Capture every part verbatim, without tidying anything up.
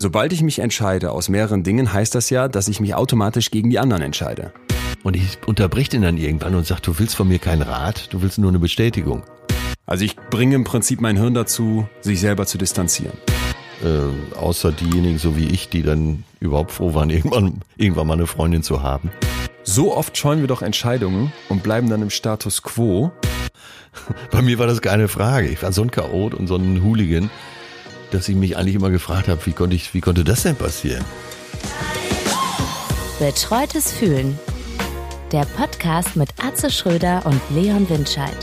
Sobald ich mich entscheide aus mehreren Dingen, heißt das ja, dass ich mich automatisch gegen die anderen entscheide. Und ich unterbrich den dann irgendwann und sag, du willst von mir keinen Rat, du willst nur eine Bestätigung. Also ich bringe im Prinzip mein Hirn dazu, sich selber zu distanzieren. Äh, außer diejenigen, so wie ich, die dann überhaupt froh waren, irgendwann, irgendwann mal eine Freundin zu haben. So oft scheuen wir doch Entscheidungen und bleiben dann im Status quo. Bei mir war das keine Frage. Ich war so ein Chaot und so ein Hooligan, dass ich mich eigentlich immer gefragt habe, wie konnte ich, wie konnte das denn passieren? Betreutes Fühlen. Der Podcast mit Atze Schröder und Leon Windscheid.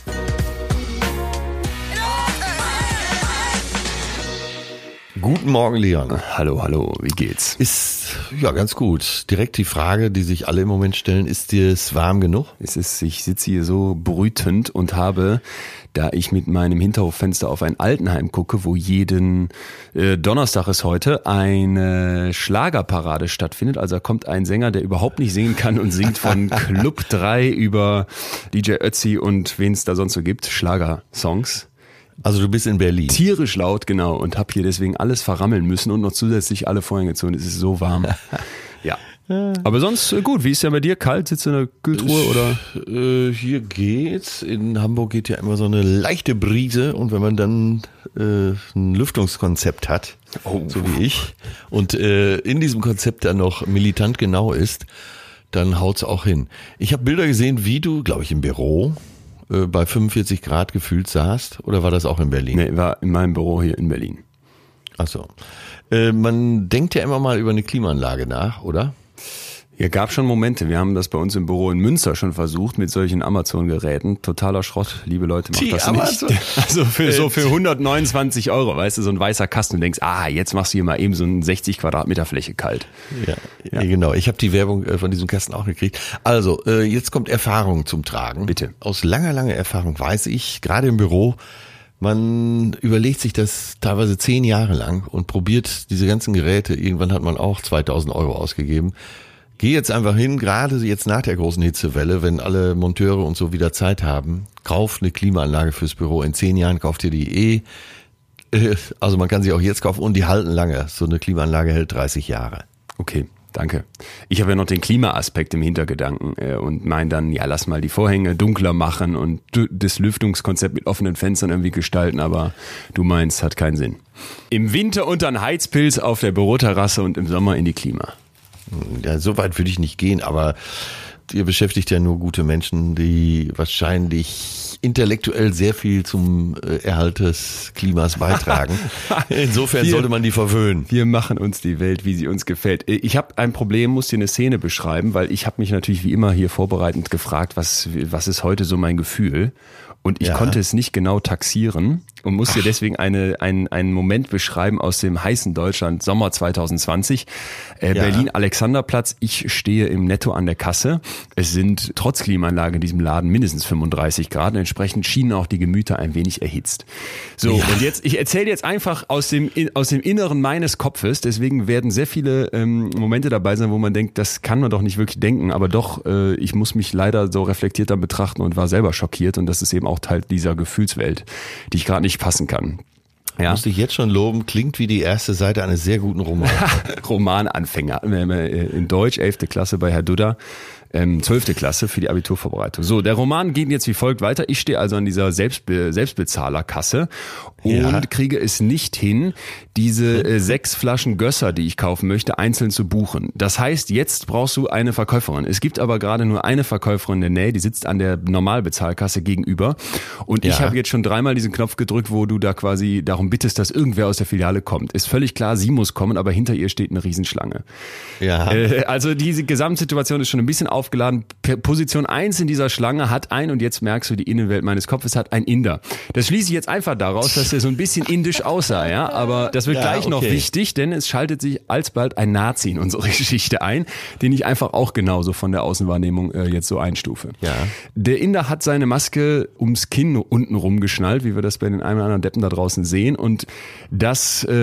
Guten Morgen, Leon. Hallo, hallo, wie geht's? Ist, ja, ganz gut. Direkt die Frage, die sich alle im Moment stellen, ist dir es warm genug? Es ist, ich sitze hier so brütend und habe, da ich mit meinem Hinterhoffenster auf ein Altenheim gucke, wo jeden äh, Donnerstag ist heute, eine Schlagerparade stattfindet. Also da kommt ein Sänger, der überhaupt nicht singen kann und singt von Club drei über D J Ötzi und wen es da sonst so gibt, Schlagersongs. Also du bist in Berlin. Tierisch laut, genau, und habe hier deswegen alles verrammeln müssen und noch zusätzlich alle Vorhänge zu und es ist so warm. Ja. Aber sonst gut, wie ist ja bei dir? Kalt? Sitzt du in der Kühltruhe oder? Äh, hier geht's. In Hamburg geht ja immer so eine leichte Brise und wenn man dann äh, ein Lüftungskonzept hat, oh. so wie ich, und äh, in diesem Konzept dann noch militant genau ist, dann haut's auch hin. Ich habe Bilder gesehen, wie du, glaube ich, im Büro bei fünfundvierzig Grad gefühlt saßt, oder war das auch in Berlin? Nee, war in meinem Büro hier in Berlin. Ach so. Äh, man denkt ja immer mal über eine Klimaanlage nach, oder? Ja, gab schon Momente. Wir haben das bei uns im Büro in Münster schon versucht mit solchen Amazon-Geräten. Totaler Schrott. Liebe Leute, macht Die das Amazon. nicht. Also für so für hundertneunundzwanzig Euro, weißt du, so ein weißer Kasten und denkst, ah, jetzt machst du hier mal eben so eine sechzig Quadratmeter Fläche kalt. Ja, ja. Genau. Ich habe die Werbung von diesem Kasten auch gekriegt. Also, jetzt kommt Erfahrung zum Tragen. Bitte. Aus langer, langer Erfahrung weiß ich, gerade im Büro, man überlegt sich das teilweise zehn Jahre lang und probiert diese ganzen Geräte. Irgendwann hat man auch zweitausend Euro ausgegeben. Geh jetzt einfach hin, gerade jetzt nach der großen Hitzewelle, wenn alle Monteure und so wieder Zeit haben, kauf eine Klimaanlage fürs Büro. In zehn Jahren kauft ihr die eh. Also man kann sie auch jetzt kaufen und die halten lange. So eine Klimaanlage hält dreißig Jahre. Okay, danke. Ich habe ja noch den Klimaaspekt im Hintergedanken und meine dann, ja, lass mal die Vorhänge dunkler machen und das Lüftungskonzept mit offenen Fenstern irgendwie gestalten, aber du meinst, hat keinen Sinn. Im Winter unter einen Heizpilz auf der Büroterrasse und im Sommer in die Klima. Ja, so weit würde ich nicht gehen, aber ihr beschäftigt ja nur gute Menschen, die wahrscheinlich intellektuell sehr viel zum Erhalt des Klimas beitragen. Insofern wir, sollte man die verwöhnen. Wir machen uns die Welt, wie sie uns gefällt. Ich habe ein Problem, muss dir eine Szene beschreiben, weil ich habe mich natürlich wie immer hier vorbereitend gefragt, was, was ist heute so mein Gefühl? Und ich ja. konnte es nicht genau taxieren und musste Ach. deswegen eine, einen, einen Moment beschreiben aus dem heißen Deutschland, Sommer zwanzig zwanzig. Äh, ja. Berlin, Alexanderplatz. Ich stehe im Netto an der Kasse. Es sind trotz Klimaanlage in diesem Laden mindestens fünfunddreißig Grad. Und entsprechend schienen auch die Gemüter ein wenig erhitzt. So, ja. und jetzt, ich erzähle jetzt einfach aus dem, aus dem Inneren meines Kopfes. Deswegen werden sehr viele ähm, Momente dabei sein, wo man denkt, das kann man doch nicht wirklich denken. Aber doch, äh, ich muss mich leider so reflektierter betrachten und war selber schockiert. Und das ist eben auch Teil dieser Gefühlswelt, die ich gerade nicht fassen kann. Ja. Muss ich jetzt schon loben, klingt wie die erste Seite eines sehr guten Romans. Romananfänger. In Deutsch, elfte Klasse bei Herr Dudda. Ähm, zwölfte Klasse für die Abiturvorbereitung. So, der Roman geht jetzt wie folgt weiter. Ich stehe also an dieser Selbstbe- Selbstbezahlerkasse und ja. kriege es nicht hin, diese äh, sechs Flaschen Gösser, die ich kaufen möchte, einzeln zu buchen. Das heißt, jetzt brauchst du eine Verkäuferin. Es gibt aber gerade nur eine Verkäuferin in der Nähe, die sitzt an der Normalbezahlkasse gegenüber. Und ja. ich habe jetzt schon dreimal diesen Knopf gedrückt, wo du da quasi darum bittest, dass irgendwer aus der Filiale kommt. Ist völlig klar, sie muss kommen, aber hinter ihr steht eine Riesenschlange. Ja. Äh, also diese Gesamtsituation ist schon ein bisschen aufgeladen. Position eins in dieser Schlange hat ein, und jetzt merkst du, die Innenwelt meines Kopfes hat ein Inder. Das schließe ich jetzt einfach daraus, dass der so ein bisschen indisch aussah, ja, aber das wird ja, gleich okay. noch wichtig, denn es schaltet sich alsbald ein Nazi in unsere Geschichte ein, den ich einfach auch genauso von der Außenwahrnehmung äh, jetzt so einstufe. Ja. Der Inder hat seine Maske ums Kinn unten rumgeschnallt, wie wir das bei den einen oder anderen Deppen da draußen sehen, und das äh,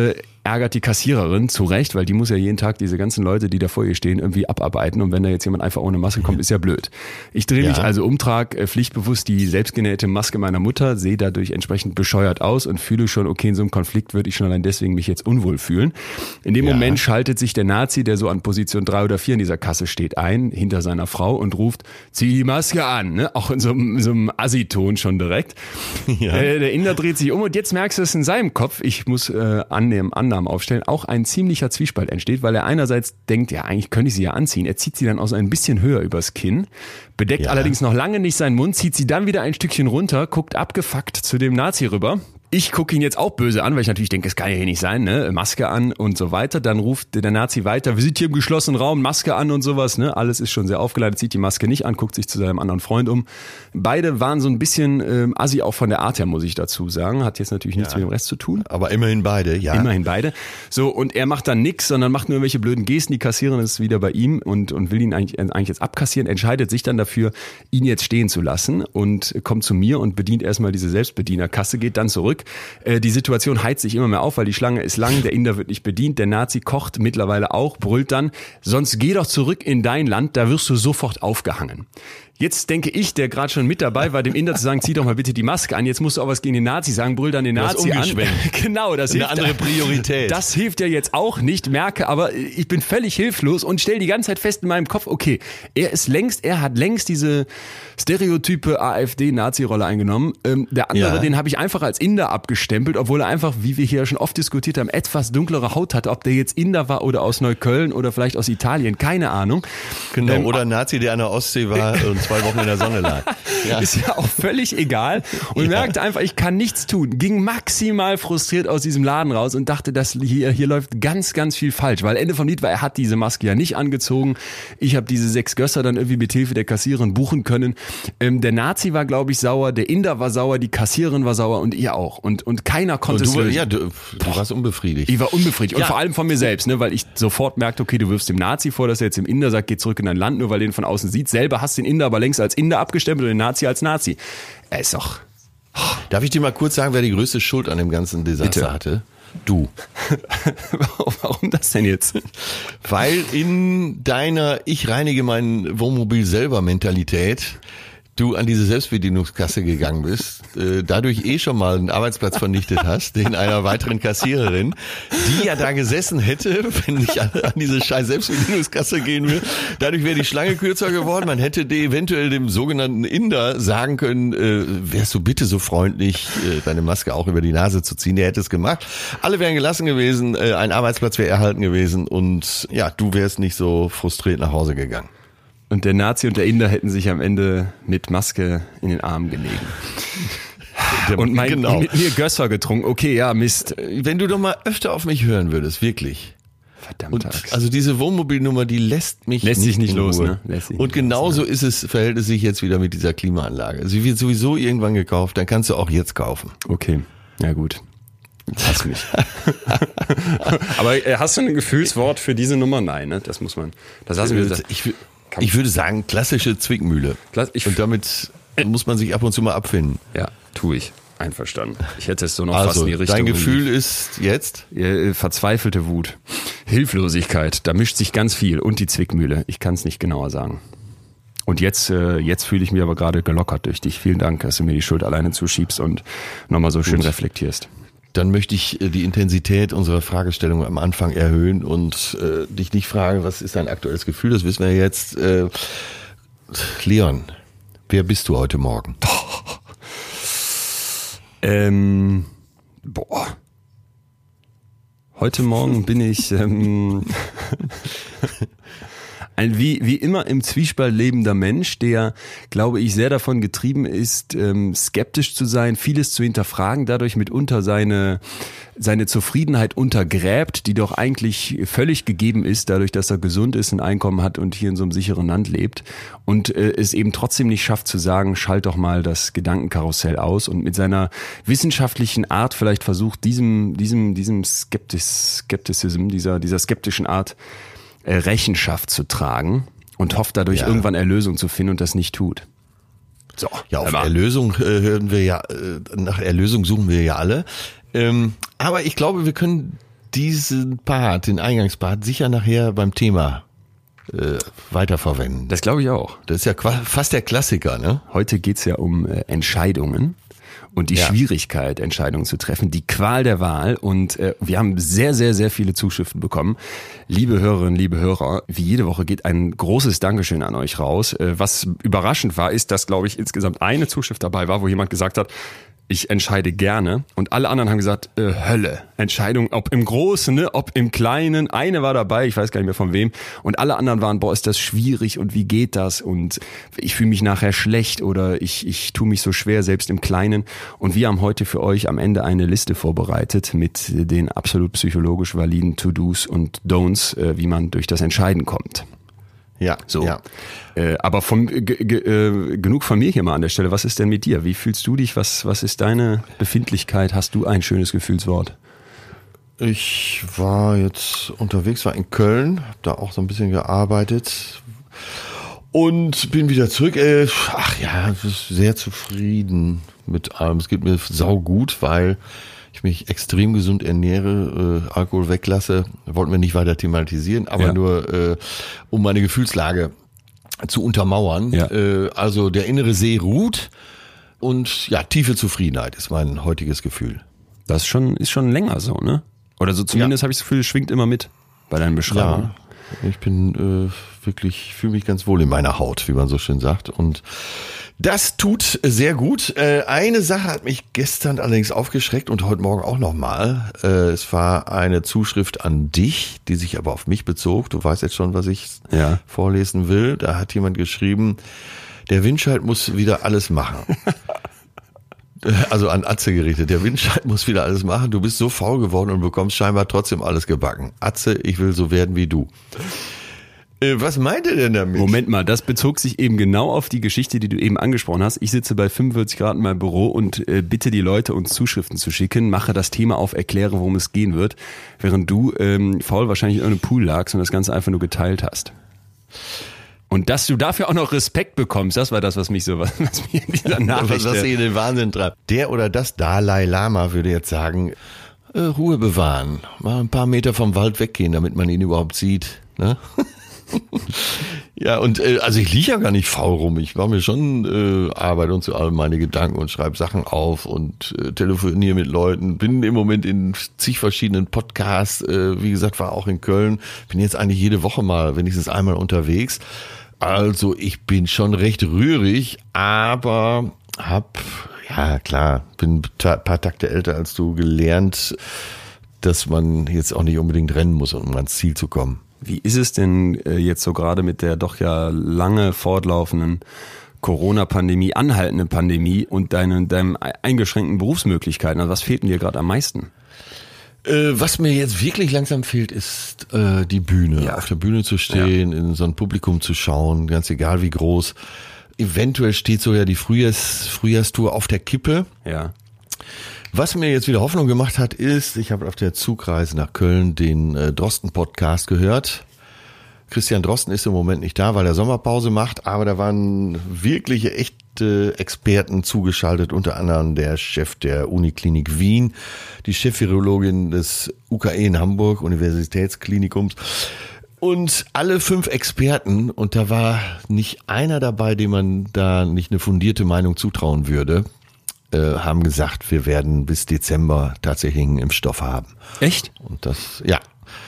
ärgert die Kassiererin zu Recht, weil die muss ja jeden Tag diese ganzen Leute, die da vor ihr stehen, irgendwie abarbeiten. Und wenn da jetzt jemand einfach ohne Maske kommt, ist ja blöd. Ich drehe mich Ja. also um, trage äh, pflichtbewusst die selbstgenähte Maske meiner Mutter, sehe dadurch entsprechend bescheuert aus und fühle schon, okay, in so einem Konflikt würde ich schon allein deswegen mich jetzt unwohl fühlen. In dem Ja. Moment schaltet sich der Nazi, der so an Position drei oder vier in dieser Kasse steht, ein, hinter seiner Frau und ruft, zieh die Maske an, ne? Auch in so einem, so einem Assi-Ton schon direkt. Ja. Äh, der Inder dreht sich um und jetzt merkst du es in seinem Kopf, ich muss äh, annehmen, Annahmen aufstellen, auch ein ziemlicher Zwiespalt entsteht, weil er einerseits denkt, ja, eigentlich könnte ich sie ja anziehen. Er zieht sie dann auch so ein bisschen höher übers Kinn, bedeckt Ja. allerdings noch lange nicht seinen Mund, zieht sie dann wieder ein Stückchen runter, guckt abgefuckt zu dem Nazi rüber. Ich gucke ihn jetzt auch böse an, weil ich natürlich denke, es kann ja hier nicht sein, ne? Maske an und so weiter. Dann ruft der Nazi weiter, wir sind hier im geschlossenen Raum, Maske an und sowas, ne? Alles ist schon sehr aufgeleitet, zieht die Maske nicht an, guckt sich zu seinem anderen Freund um. Beide waren so ein bisschen ähm, assi auch von der Art her, muss ich dazu sagen. Hat jetzt natürlich nichts Ja. mit dem Rest zu tun. Aber immerhin beide, ja. Immerhin beide. So, und er macht dann nix, sondern macht nur welche blöden Gesten. Die Kassiererin ist wieder bei ihm und, und will ihn eigentlich, eigentlich jetzt abkassieren, entscheidet sich dann dafür, ihn jetzt stehen zu lassen und kommt zu mir und bedient erstmal diese Selbstbedienerkasse, geht dann zurück. Äh, die Situation heizt sich immer mehr auf, weil die Schlange ist lang, der Inder wird nicht bedient, der Nazi kocht mittlerweile auch, brüllt dann, sonst geh doch zurück in dein Land, da wirst du sofort aufgehangen. Jetzt denke ich, der gerade schon mit dabei war, dem Inder zu sagen, zieh doch mal bitte die Maske an, jetzt musst du auch was gegen den Nazi sagen, brüll dann den Du hast Nazi an. umgeschwenkt. Genau, das Eine hilft. andere Priorität. Das hilft ja jetzt auch nicht, merke, aber ich bin völlig hilflos und stelle die ganze Zeit fest in meinem Kopf, okay, er ist längst, er hat längst diese stereotype AfD-Nazi-Rolle eingenommen. Ähm, der andere, Ja. den habe ich einfach als Inder abgestempelt, obwohl er einfach, wie wir hier schon oft diskutiert haben, etwas dunklere Haut hatte, ob der jetzt Inder war oder aus Neukölln oder vielleicht aus Italien, keine Ahnung. Genau, Ähm, oder ein Nazi, der an der Ostsee war und zwei Wochen in der Sonne lag. Ja. Ist ja auch völlig egal. Und Ja. merkte einfach, ich kann nichts tun. Ging maximal frustriert aus diesem Laden raus und dachte, dass hier, hier läuft ganz, ganz viel falsch. Weil Ende vom Lied war, er hat diese Maske ja nicht angezogen. Ich habe diese sechs Gösser dann irgendwie mit Hilfe der Kassiererin buchen können. Ähm, der Nazi war, glaube ich, sauer, der Inder war sauer, die Kassiererin war sauer und ihr auch. Und, und keiner konnte Und es du, lösen. ja, du, du warst unbefriedigt. Ich war unbefriedigt. Und Ja. vor allem von mir selbst, ne, weil ich sofort merkte, okay, du wirfst dem Nazi vor, dass er jetzt dem Inder sagt, geh zurück in dein Land, nur weil er den von außen sieht. Selber hast den Inder aber längst als Inder abgestempelt und den Nazi als Nazi. Er ist doch... Darf ich dir mal kurz sagen, wer die größte Schuld an dem ganzen Desaster Bitte. hatte? Du. Warum das denn jetzt? Weil in deiner Ich reinige mein Wohnmobil selber Mentalität du an diese Selbstbedienungskasse gegangen bist, äh, dadurch eh schon mal einen Arbeitsplatz vernichtet hast, den einer weiteren Kassiererin, die ja da gesessen hätte, wenn ich an, an diese scheiß Selbstbedienungskasse gehen will. Dadurch wäre die Schlange kürzer geworden. Man hätte die eventuell dem sogenannten Inder sagen können, äh, wärst du bitte so freundlich, äh, deine Maske auch über die Nase zu ziehen. Der hätte es gemacht. Alle wären gelassen gewesen, äh, ein Arbeitsplatz wäre erhalten gewesen und ja, du wärst nicht so frustriert nach Hause gegangen. Und der Nazi und der Inder hätten sich am Ende mit Maske in den Arm gelegen. Und mein, Genau. mit mir Gösser getrunken. Okay, ja, Mist. Wenn du doch mal öfter auf mich hören würdest, wirklich. Verdammt. Und also diese Wohnmobilnummer, die lässt mich Lässt nicht sich nicht in los, Ruhe. ne? Lässt sich Und nicht genauso ist es, verhält es sich jetzt wieder mit dieser Klimaanlage. Sie wird sowieso irgendwann gekauft, dann kannst du auch jetzt kaufen. Okay, ja gut. Hast mich. Aber äh, hast du ein Gefühlswort für diese Nummer? Nein, ne? Das muss man. Das lassen wir gesagt. Ich, ich würde sagen, klassische Zwickmühle. Klass- ich- Und damit muss man sich ab und zu mal abfinden. Ja, tue ich. Einverstanden. Ich hätte es so noch fast Also, in die Richtung. dein Gefühl ist jetzt? Äh, verzweifelte Wut. Hilflosigkeit. Da mischt sich ganz viel. Und die Zwickmühle. Ich kann es nicht genauer sagen. Und jetzt, äh, jetzt fühle ich mich aber gerade gelockert durch dich. Vielen Dank, dass du mir die Schuld alleine zuschiebst und nochmal so schön Gut. reflektierst. Dann möchte ich äh, die Intensität unserer Fragestellung am Anfang erhöhen und äh, dich nicht fragen, was ist dein aktuelles Gefühl? Das wissen wir jetzt. Äh, Leon, wer bist du heute Morgen? Ähm, boah. Heute Morgen bin ich ähm, ein wie, wie immer im Zwiespalt lebender Mensch, der, glaube ich, sehr davon getrieben ist, ähm, skeptisch zu sein, vieles zu hinterfragen, dadurch mitunter seine, seine Zufriedenheit untergräbt, die doch eigentlich völlig gegeben ist, dadurch, dass er gesund ist, ein Einkommen hat und hier in so einem sicheren Land lebt und äh, es eben trotzdem nicht schafft zu sagen, schalt doch mal das Gedankenkarussell aus und mit seiner wissenschaftlichen Art vielleicht versucht, diesem, diesem, diesem Skeptis, Skepticism, dieser, dieser skeptischen Art Rechenschaft zu tragen und hofft dadurch Ja. irgendwann Erlösung zu finden und das nicht tut. So, Ja, auf aber- Erlösung äh, hören wir ja, äh, nach Erlösung suchen wir ja alle. Ähm, aber ich glaube, wir können diesen Part, den Eingangspart, sicher nachher beim Thema äh, weiterverwenden. Das glaube ich auch. Das ist ja fast der Klassiker, ne? Heute geht's ja um äh, Entscheidungen. Und die ja. Schwierigkeit, Entscheidungen zu treffen, die Qual der Wahl. Und äh, wir haben sehr, sehr, sehr viele Zuschriften bekommen. Liebe Hörerinnen, liebe Hörer, wie jede Woche geht ein großes Dankeschön an euch raus. Äh, was überraschend war, ist, dass, glaube ich, insgesamt eine Zuschrift dabei war, wo jemand gesagt hat, ich entscheide gerne. Und alle anderen haben gesagt, äh, Hölle. Entscheidung, ob im Großen, ne, ob im Kleinen. Eine war dabei, ich weiß gar nicht mehr von wem. Und alle anderen waren, boah, ist das schwierig und wie geht das? Und ich fühle mich nachher schlecht oder ich, ich tue mich so schwer, selbst im Kleinen. Und wir haben heute für euch am Ende eine Liste vorbereitet mit den absolut psychologisch validen To-Dos und Don'ts, äh, wie man durch das Entscheiden kommt. Ja, so. Ja. Äh, aber von, g- g- äh, genug von mir hier mal an der Stelle. Was ist denn mit dir? Wie fühlst du dich? Was, was ist deine Befindlichkeit? Hast du ein schönes Gefühlswort? Ich war jetzt unterwegs, war in Köln, hab da auch so ein bisschen gearbeitet und bin wieder zurück. Äh, ach ja, sehr zufrieden mit allem. Es geht mir saugut, weil ich mich extrem gesund ernähre, äh, Alkohol weglasse, wollten wir nicht weiter thematisieren, aber ja. nur äh, um meine Gefühlslage zu untermauern. Ja. Äh, also der innere See ruht und ja, tiefe Zufriedenheit ist mein heutiges Gefühl. Das ist schon, ist schon länger so, ne? Oder so zumindest ja. habe ich das Gefühl, es schwingt immer mit bei deinen Beschreibungen. Ja, ich bin äh, wirklich, fühle mich ganz wohl in meiner Haut, wie man so schön sagt, und das tut sehr gut. Äh, eine Sache hat mich gestern allerdings aufgeschreckt und heute Morgen auch nochmal. Äh, es war eine Zuschrift an dich, die sich aber auf mich bezog. Du weißt jetzt schon, was ich ja. vorlesen will. Da hat jemand geschrieben, der Windscheid muss wieder alles machen. Also an Atze gerichtet. Der Windscheid muss wieder alles machen. Du bist so faul geworden und bekommst scheinbar trotzdem alles gebacken. Atze, ich will so werden wie du. Was meint er denn damit? Moment mal, das bezog sich eben genau auf die Geschichte, die du eben angesprochen hast. Ich sitze bei fünfundvierzig Grad in meinem Büro und äh, bitte die Leute, uns Zuschriften zu schicken, mache das Thema auf, erkläre, worum es gehen wird, während du ähm, faul wahrscheinlich in irgendeinem Pool lagst und das Ganze einfach nur geteilt hast. Und dass du dafür auch noch Respekt bekommst, das war das, was mich so, was mir in dieser Nachricht... Was hier den Wahnsinn treibt. Der oder das Dalai Lama würde jetzt sagen, äh, Ruhe bewahren, mal ein paar Meter vom Wald weggehen, damit man ihn überhaupt sieht, ne? Ja, und äh, also ich liege ja gar nicht faul rum. Ich mache mir schon äh, Arbeit und zu allem meine Gedanken und schreibe Sachen auf und äh, telefoniere mit Leuten. Bin im Moment in zig verschiedenen Podcasts. Äh, wie gesagt, war auch in Köln. Bin jetzt eigentlich jede Woche mal wenigstens einmal unterwegs. Also ich bin schon recht rührig, aber hab, ja klar, bin ein paar Takte älter als du, gelernt, dass man jetzt auch nicht unbedingt rennen muss, um ans Ziel zu kommen. Wie ist es denn jetzt so gerade mit der doch ja lange fortlaufenden Corona-Pandemie, anhaltenden Pandemie und deinen, deinen eingeschränkten Berufsmöglichkeiten? Also was fehlt denn dir gerade am meisten? Äh, was mir jetzt wirklich langsam fehlt, ist äh, die Bühne. Ja. Auf der Bühne zu stehen, ja. in so ein Publikum zu schauen, ganz egal wie groß. Eventuell steht so ja die Frühjahrs, Frühjahrstour auf der Kippe. Ja. Was mir jetzt wieder Hoffnung gemacht hat, ist, ich habe auf der Zugreise nach Köln den äh, Drosten-Podcast gehört. Christian Drosten ist im Moment nicht da, weil er Sommerpause macht, aber da waren wirkliche, echte Experten zugeschaltet, unter anderem der Chef der Uniklinik Wien, die Chefvirologin des U K E in Hamburg, Universitätsklinikums, und alle fünf Experten, und da war nicht einer dabei, dem man da nicht eine fundierte Meinung zutrauen würde, haben gesagt, wir werden bis Dezember tatsächlich einen Impfstoff haben. Echt? Und das, ja.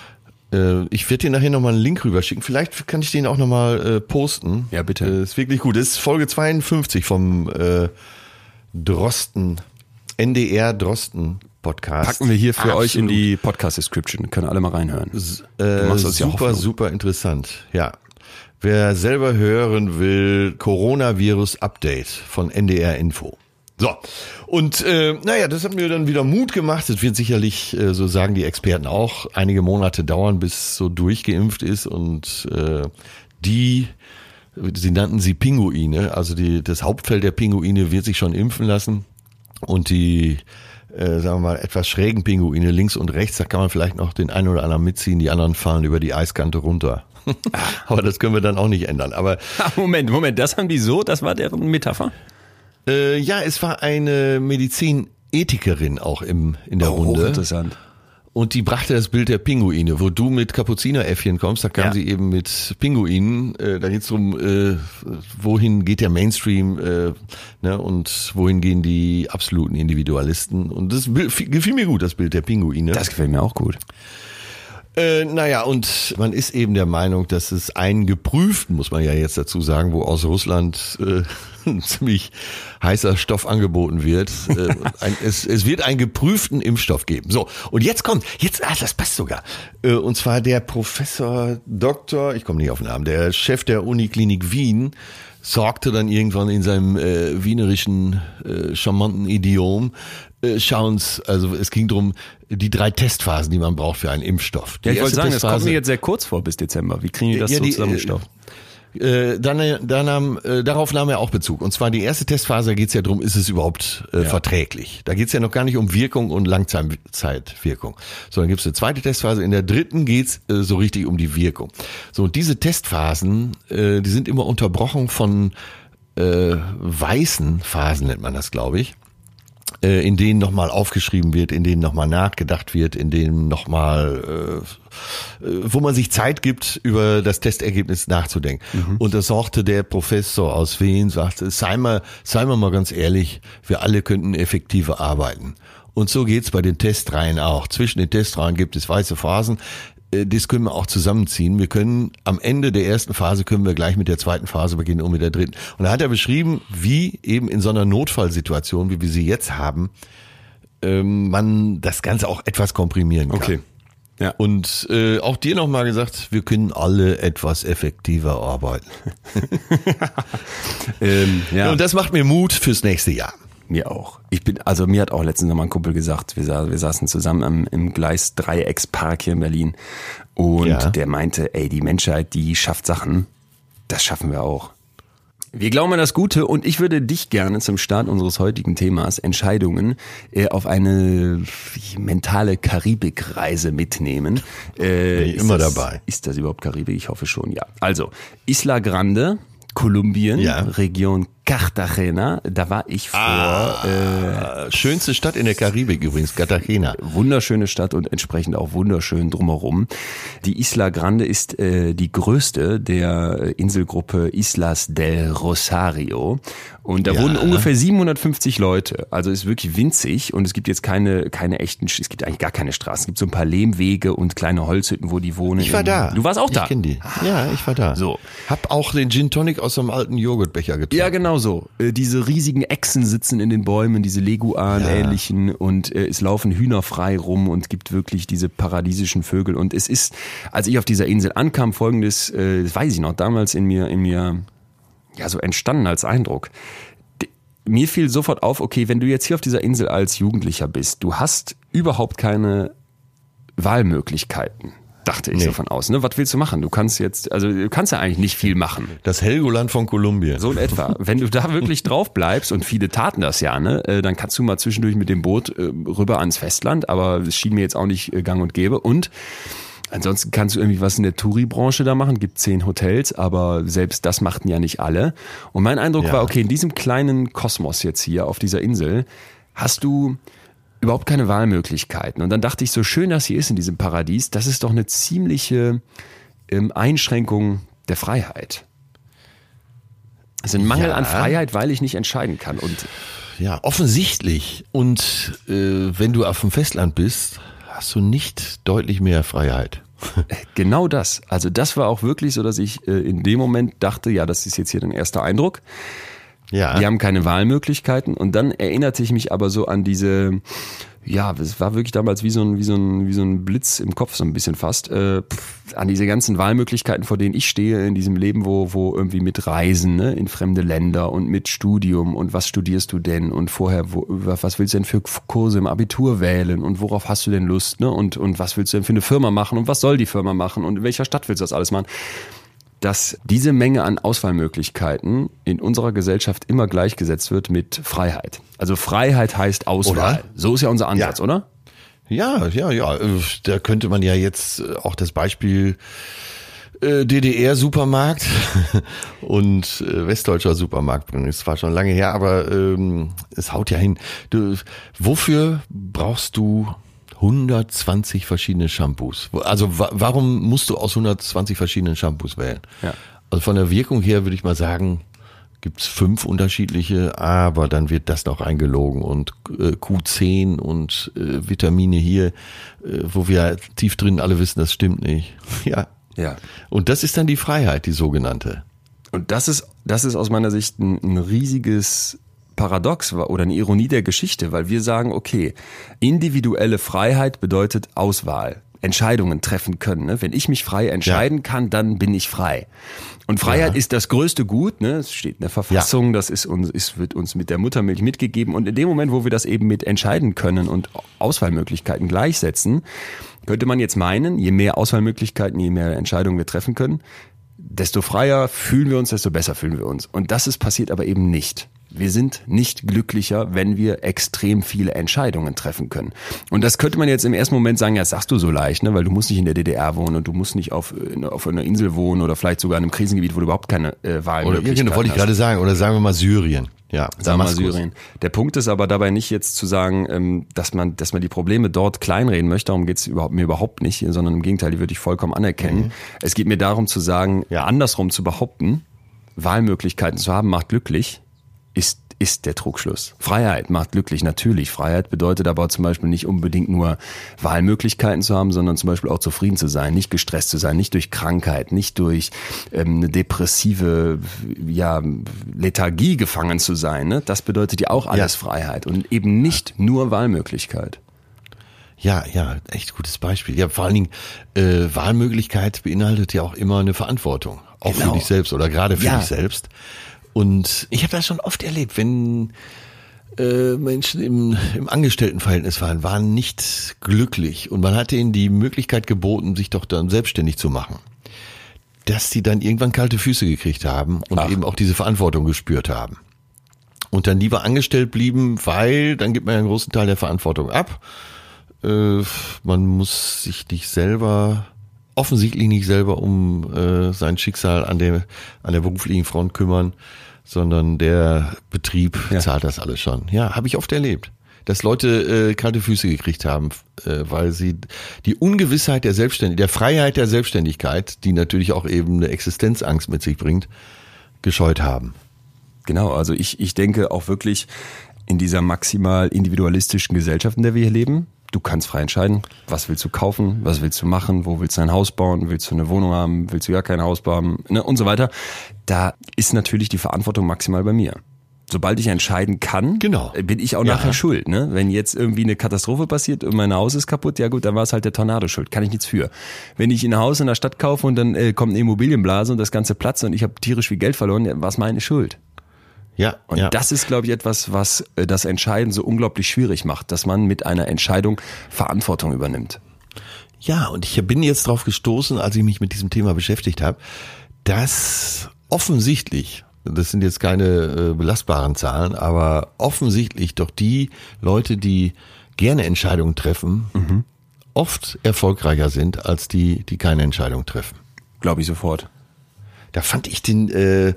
Ich werde dir nachher nochmal einen Link rüberschicken. Vielleicht kann ich den auch nochmal posten. Ja, bitte. Das ist wirklich gut. Das ist Folge zweiundfünfzig vom äh, Drosten, N D R Drosten Podcast. Packen wir hier für Absolut. euch in die Podcast-Description. Können alle mal reinhören. S- äh, super, super interessant. Ja. Wer selber hören will, Coronavirus-Update von N D R Info. So, und äh, naja, das hat mir dann wieder Mut gemacht. Es wird sicherlich, äh, so sagen die Experten auch, einige Monate dauern, bis so durchgeimpft ist. Und äh, die, sie nannten sie Pinguine, also die, das Hauptfeld der Pinguine wird sich schon impfen lassen. Und die, äh, sagen wir mal, etwas schrägen Pinguine links und rechts, da kann man vielleicht noch den einen oder anderen mitziehen, die anderen fallen über die Eiskante runter. Aber das können wir dann auch nicht ändern. Aber Moment, Moment, das haben die so, das war deren Metapher? Äh, ja, es war eine Medizinethikerin auch im in der oh, Runde. Interessant. Und die brachte das Bild der Pinguine, wo du mit Kapuzineräffchen kommst, da kam Ja. sie eben mit Pinguinen. Äh, da geht's drum, äh, wohin geht der Mainstream äh, ne, und wohin gehen die absoluten Individualisten. Und das Bild, gefiel mir gut, das Bild der Pinguine. Das gefällt mir auch gut. Äh, naja, und man ist eben der Meinung, dass es einen geprüften, muss man ja jetzt dazu sagen, wo aus Russland äh, ein ziemlich heißer Stoff angeboten wird. Äh, ein, es, es wird einen geprüften Impfstoff geben. So, und jetzt kommt, jetzt, ah, das passt sogar. Äh, und zwar der Professor Doktor, ich komme nicht auf den Namen, der Chef der Uniklinik Wien, sorgte dann irgendwann in seinem äh, wienerischen, äh, charmanten Idiom, äh, schauen's, also es ging drum, die drei Testphasen, die man braucht für einen Impfstoff. Die Ja, ich wollte erste sagen, das kommt Testphase- mir jetzt sehr kurz vor bis Dezember. Wie kriegen die das Ja, so die, zusammengestaucht? Äh, dann, dann nahm, äh, darauf nahm er auch Bezug. Und zwar die erste Testphase, da geht's ja drum, ist es überhaupt äh, Ja. verträglich. Da geht's ja noch gar nicht um Wirkung und Langzeitwirkung. So, dann gibt's eine zweite Testphase. In der dritten geht's äh, so richtig um die Wirkung. So, und diese Testphasen, äh, die sind immer unterbrochen von äh, weißen Phasen, nennt man das, glaube ich. Äh, in denen nochmal aufgeschrieben wird, in denen nochmal nachgedacht wird, in denen nochmal, äh, äh, wo man sich Zeit gibt, über das Testergebnis nachzudenken. Mhm. Und da sorgte der Professor aus Wien, sagte, sei mal, sei mal mal ganz ehrlich, wir alle könnten effektiver arbeiten. Und so geht's bei den Testreihen auch. Zwischen den Testreihen gibt es weiße Phasen. Das können wir auch zusammenziehen. Wir können am Ende der ersten Phase können wir gleich mit der zweiten Phase beginnen und mit der dritten. Und da hat er beschrieben, wie eben in so einer Notfallsituation, wie wir sie jetzt haben, ähm, man das Ganze auch etwas komprimieren kann. Okay. Ja. Und äh, auch dir nochmal gesagt, wir können alle etwas effektiver arbeiten. ähm, ja. Und das macht mir Mut fürs nächste Jahr. Mir auch. Ich bin, also mir hat auch letztens noch mal ein Kumpel gesagt, wir, sa- wir saßen zusammen am, im Gleis Dreieckspark hier in Berlin und Ja. der meinte, ey, die Menschheit, die schafft Sachen, das schaffen wir auch. Wir glauben an das Gute und ich würde dich gerne zum Start unseres heutigen Themas Entscheidungen äh, auf eine mentale Karibikreise mitnehmen. Äh, Bin ich ist immer das, dabei. Ist das überhaupt Karibik? Ich hoffe schon, ja. Also, Isla Grande, Kolumbien, Ja. Region Cartagena, da war ich vor Ah, äh, schönste Stadt in der Karibik übrigens, Cartagena. wunderschöne Stadt und entsprechend auch wunderschön drumherum. Die Isla Grande ist äh, die größte der Inselgruppe Islas del Rosario und da Ja. wohnen ungefähr siebenhundertfünfzig Leute. Also ist wirklich winzig und es gibt jetzt keine keine echten, es gibt eigentlich gar keine Straßen. Es gibt so ein paar Lehmwege und kleine Holzhütten, wo die wohnen. Ich war da. Du warst auch da. Ich kenne die. Ja, ich war da. So. Hab auch den Gin Tonic aus so einem alten Joghurtbecher getrunken. Ja, genau so. Äh, diese riesigen Echsen sitzen in den Bäumen, diese Leguan-ähnlichen und äh, es laufen Hühner frei rum und gibt wirklich diese paradiesischen Vögel. Und es ist, als ich auf dieser Insel ankam, folgendes, äh, das weiß ich noch, damals in mir, in mir, ja, so entstanden als Eindruck. D- Mir fiel sofort auf, okay, wenn du jetzt hier auf dieser Insel als Jugendlicher bist, du hast überhaupt keine Wahlmöglichkeiten. Dachte ich Nee. so von außen. Ne? Was willst du machen? Du kannst jetzt, also du kannst ja eigentlich nicht viel machen. Das Helgoland von Kolumbien. So in etwa. Wenn du da wirklich drauf bleibst, und viele taten das ja, ne, äh, dann kannst du mal zwischendurch mit dem Boot äh, rüber ans Festland, aber es schien mir jetzt auch nicht äh, gang und gäbe. Und ansonsten kannst du irgendwie was in der Touri-Branche da machen, gibt zehn Hotels, aber selbst das machten ja nicht alle. Und mein Eindruck Ja. war, okay, in diesem kleinen Kosmos jetzt hier auf dieser Insel hast du überhaupt keine Wahlmöglichkeiten. Und dann dachte ich, so schön das hier ist in diesem Paradies, das ist doch eine ziemliche ähm, Einschränkung der Freiheit. Es ist ein Mangel Ja. an Freiheit, weil ich nicht entscheiden kann. Und Ja, offensichtlich. Und äh, wenn du auf dem Festland bist, hast du nicht deutlich mehr Freiheit. genau das. Also das war auch wirklich so, dass ich äh, in dem Moment dachte, ja, das ist jetzt hier ein erster Eindruck. Ja. Die haben keine Wahlmöglichkeiten. Und dann erinnerte ich mich aber so an diese, ja, es war wirklich damals wie so ein, wie so ein, wie so ein Blitz im Kopf, so ein bisschen fast, äh, pff, an diese ganzen Wahlmöglichkeiten, vor denen ich stehe in diesem Leben, wo, wo irgendwie mit Reisen, ne, in fremde Länder und mit Studium und was studierst du denn und vorher, wo, was willst du denn für Kurse im Abitur wählen und worauf hast du denn Lust, ne, und, und was willst du denn für eine Firma machen und was soll die Firma machen und in welcher Stadt willst du das alles machen? Dass diese Menge an Auswahlmöglichkeiten in unserer Gesellschaft immer gleichgesetzt wird mit Freiheit. Also Freiheit heißt Auswahl. Oder? So ist ja unser Ansatz, Ja. oder? Ja, ja, ja. äh, Da könnte man ja jetzt äh, auch das Beispiel äh, D D R-Supermarkt und äh, westdeutscher Supermarkt bringen. Es war schon lange her, aber ähm, es haut ja hin. Du, wofür brauchst du hundertzwanzig verschiedene Shampoos. Also wa- warum musst du aus hundertzwanzig verschiedenen Shampoos wählen? Ja. Also von der Wirkung her würde ich mal sagen, gibt's fünf unterschiedliche, aber dann wird das noch eingelogen und äh, Q zehn und äh, Vitamine hier, äh, wo wir tief drin alle wissen, das stimmt nicht. Ja. Ja. Und das ist dann die Freiheit, die sogenannte. Und das ist, das ist aus meiner Sicht ein, ein riesiges Paradox oder eine Ironie der Geschichte, weil wir sagen, okay, individuelle Freiheit bedeutet Auswahl, Entscheidungen treffen können. Ne? Wenn ich mich frei entscheiden ja. kann, dann bin ich frei. Und Freiheit ja. ist das größte Gut, ne? Es steht in der Verfassung, ja. das ist uns, ist, wird uns mit der Muttermilch mitgegeben. Und in dem Moment, wo wir das eben mit entscheiden können und Auswahlmöglichkeiten gleichsetzen, könnte man jetzt meinen, je mehr Auswahlmöglichkeiten, je mehr Entscheidungen wir treffen können, desto freier fühlen wir uns, desto besser fühlen wir uns. Und das ist passiert aber eben nicht. Wir sind nicht glücklicher, wenn wir extrem viele Entscheidungen treffen können. Und das könnte man jetzt im ersten Moment sagen, ja, das sagst du so leicht, ne? Weil du musst nicht in der D D R wohnen und du musst nicht auf, auf einer Insel wohnen oder vielleicht sogar in einem Krisengebiet, wo du überhaupt keine äh, Wahlmöglichkeiten hast. Oder wollte ich gerade sagen, oder sagen wir mal Syrien. Ja, sagen wir mal Syrien. Der Punkt ist aber dabei nicht jetzt zu sagen, dass man, dass man die Probleme dort kleinreden möchte. Darum geht es überhaupt, mir überhaupt nicht, sondern im Gegenteil, die würde ich vollkommen anerkennen. Mhm. Es geht mir darum zu sagen, ja, andersrum zu behaupten, Wahlmöglichkeiten zu haben macht glücklich, ist ist der Trugschluss. Freiheit macht glücklich, natürlich. Freiheit bedeutet aber zum Beispiel nicht unbedingt nur Wahlmöglichkeiten zu haben, sondern zum Beispiel auch zufrieden zu sein, nicht gestresst zu sein, nicht durch Krankheit, nicht durch ähm, eine depressive ja, Lethargie gefangen zu sein. Ne? Das bedeutet ja auch alles ja. Freiheit und eben nicht nur Wahlmöglichkeit. Ja, ja, echt gutes Beispiel. Ja, vor allen Dingen, äh, Wahlmöglichkeit beinhaltet ja auch immer eine Verantwortung. Auch genau. für dich selbst oder gerade für ja. dich selbst. Und ich habe das schon oft erlebt, wenn äh, Menschen im, im Angestelltenverhältnis waren, waren nicht glücklich und man hat ihnen die Möglichkeit geboten, sich doch dann selbstständig zu machen, dass sie dann irgendwann kalte Füße gekriegt haben und Ach. eben auch diese Verantwortung gespürt haben. Und dann lieber angestellt blieben, weil dann gibt man ja einen großen Teil der Verantwortung ab. Äh, man muss sich nicht selber... offensichtlich nicht selber um äh, sein Schicksal an der an der beruflichen Front kümmern, sondern der Betrieb ja. zahlt das alles schon. Ja, habe ich oft erlebt, dass Leute äh, kalte Füße gekriegt haben, äh, weil sie die Ungewissheit der Selbstständigkeit, der Freiheit der Selbstständigkeit, die natürlich auch eben eine Existenzangst mit sich bringt, gescheut haben. Genau, also ich ich denke auch wirklich in dieser maximal individualistischen Gesellschaft, in der wir hier leben. Du kannst frei entscheiden, was willst du kaufen, was willst du machen, wo willst du ein Haus bauen, willst du eine Wohnung haben, willst du gar kein Haus bauen, ne, und so weiter. Da ist natürlich die Verantwortung maximal bei mir. Sobald ich entscheiden kann, genau. bin ich auch ja. nachher schuld. Ne? Wenn jetzt irgendwie eine Katastrophe passiert und mein Haus ist kaputt, ja gut, dann war es halt der Tornado schuld, kann ich nichts für. Wenn ich ein Haus in der Stadt kaufe und dann äh, kommt eine Immobilienblase und das Ganze platzt und ich habe tierisch viel Geld verloren, ja, war es meine Schuld. Ja, und ja. das ist, glaube ich, etwas, was das Entscheiden so unglaublich schwierig macht, dass man mit einer Entscheidung Verantwortung übernimmt. Ja, und ich bin jetzt drauf gestoßen, als ich mich mit diesem Thema beschäftigt habe, dass offensichtlich, das sind jetzt keine äh, belastbaren Zahlen, aber offensichtlich doch die Leute, die gerne Entscheidungen treffen, mhm. oft erfolgreicher sind als die, die keine Entscheidung treffen. Glaube ich sofort. Da fand ich den... Äh,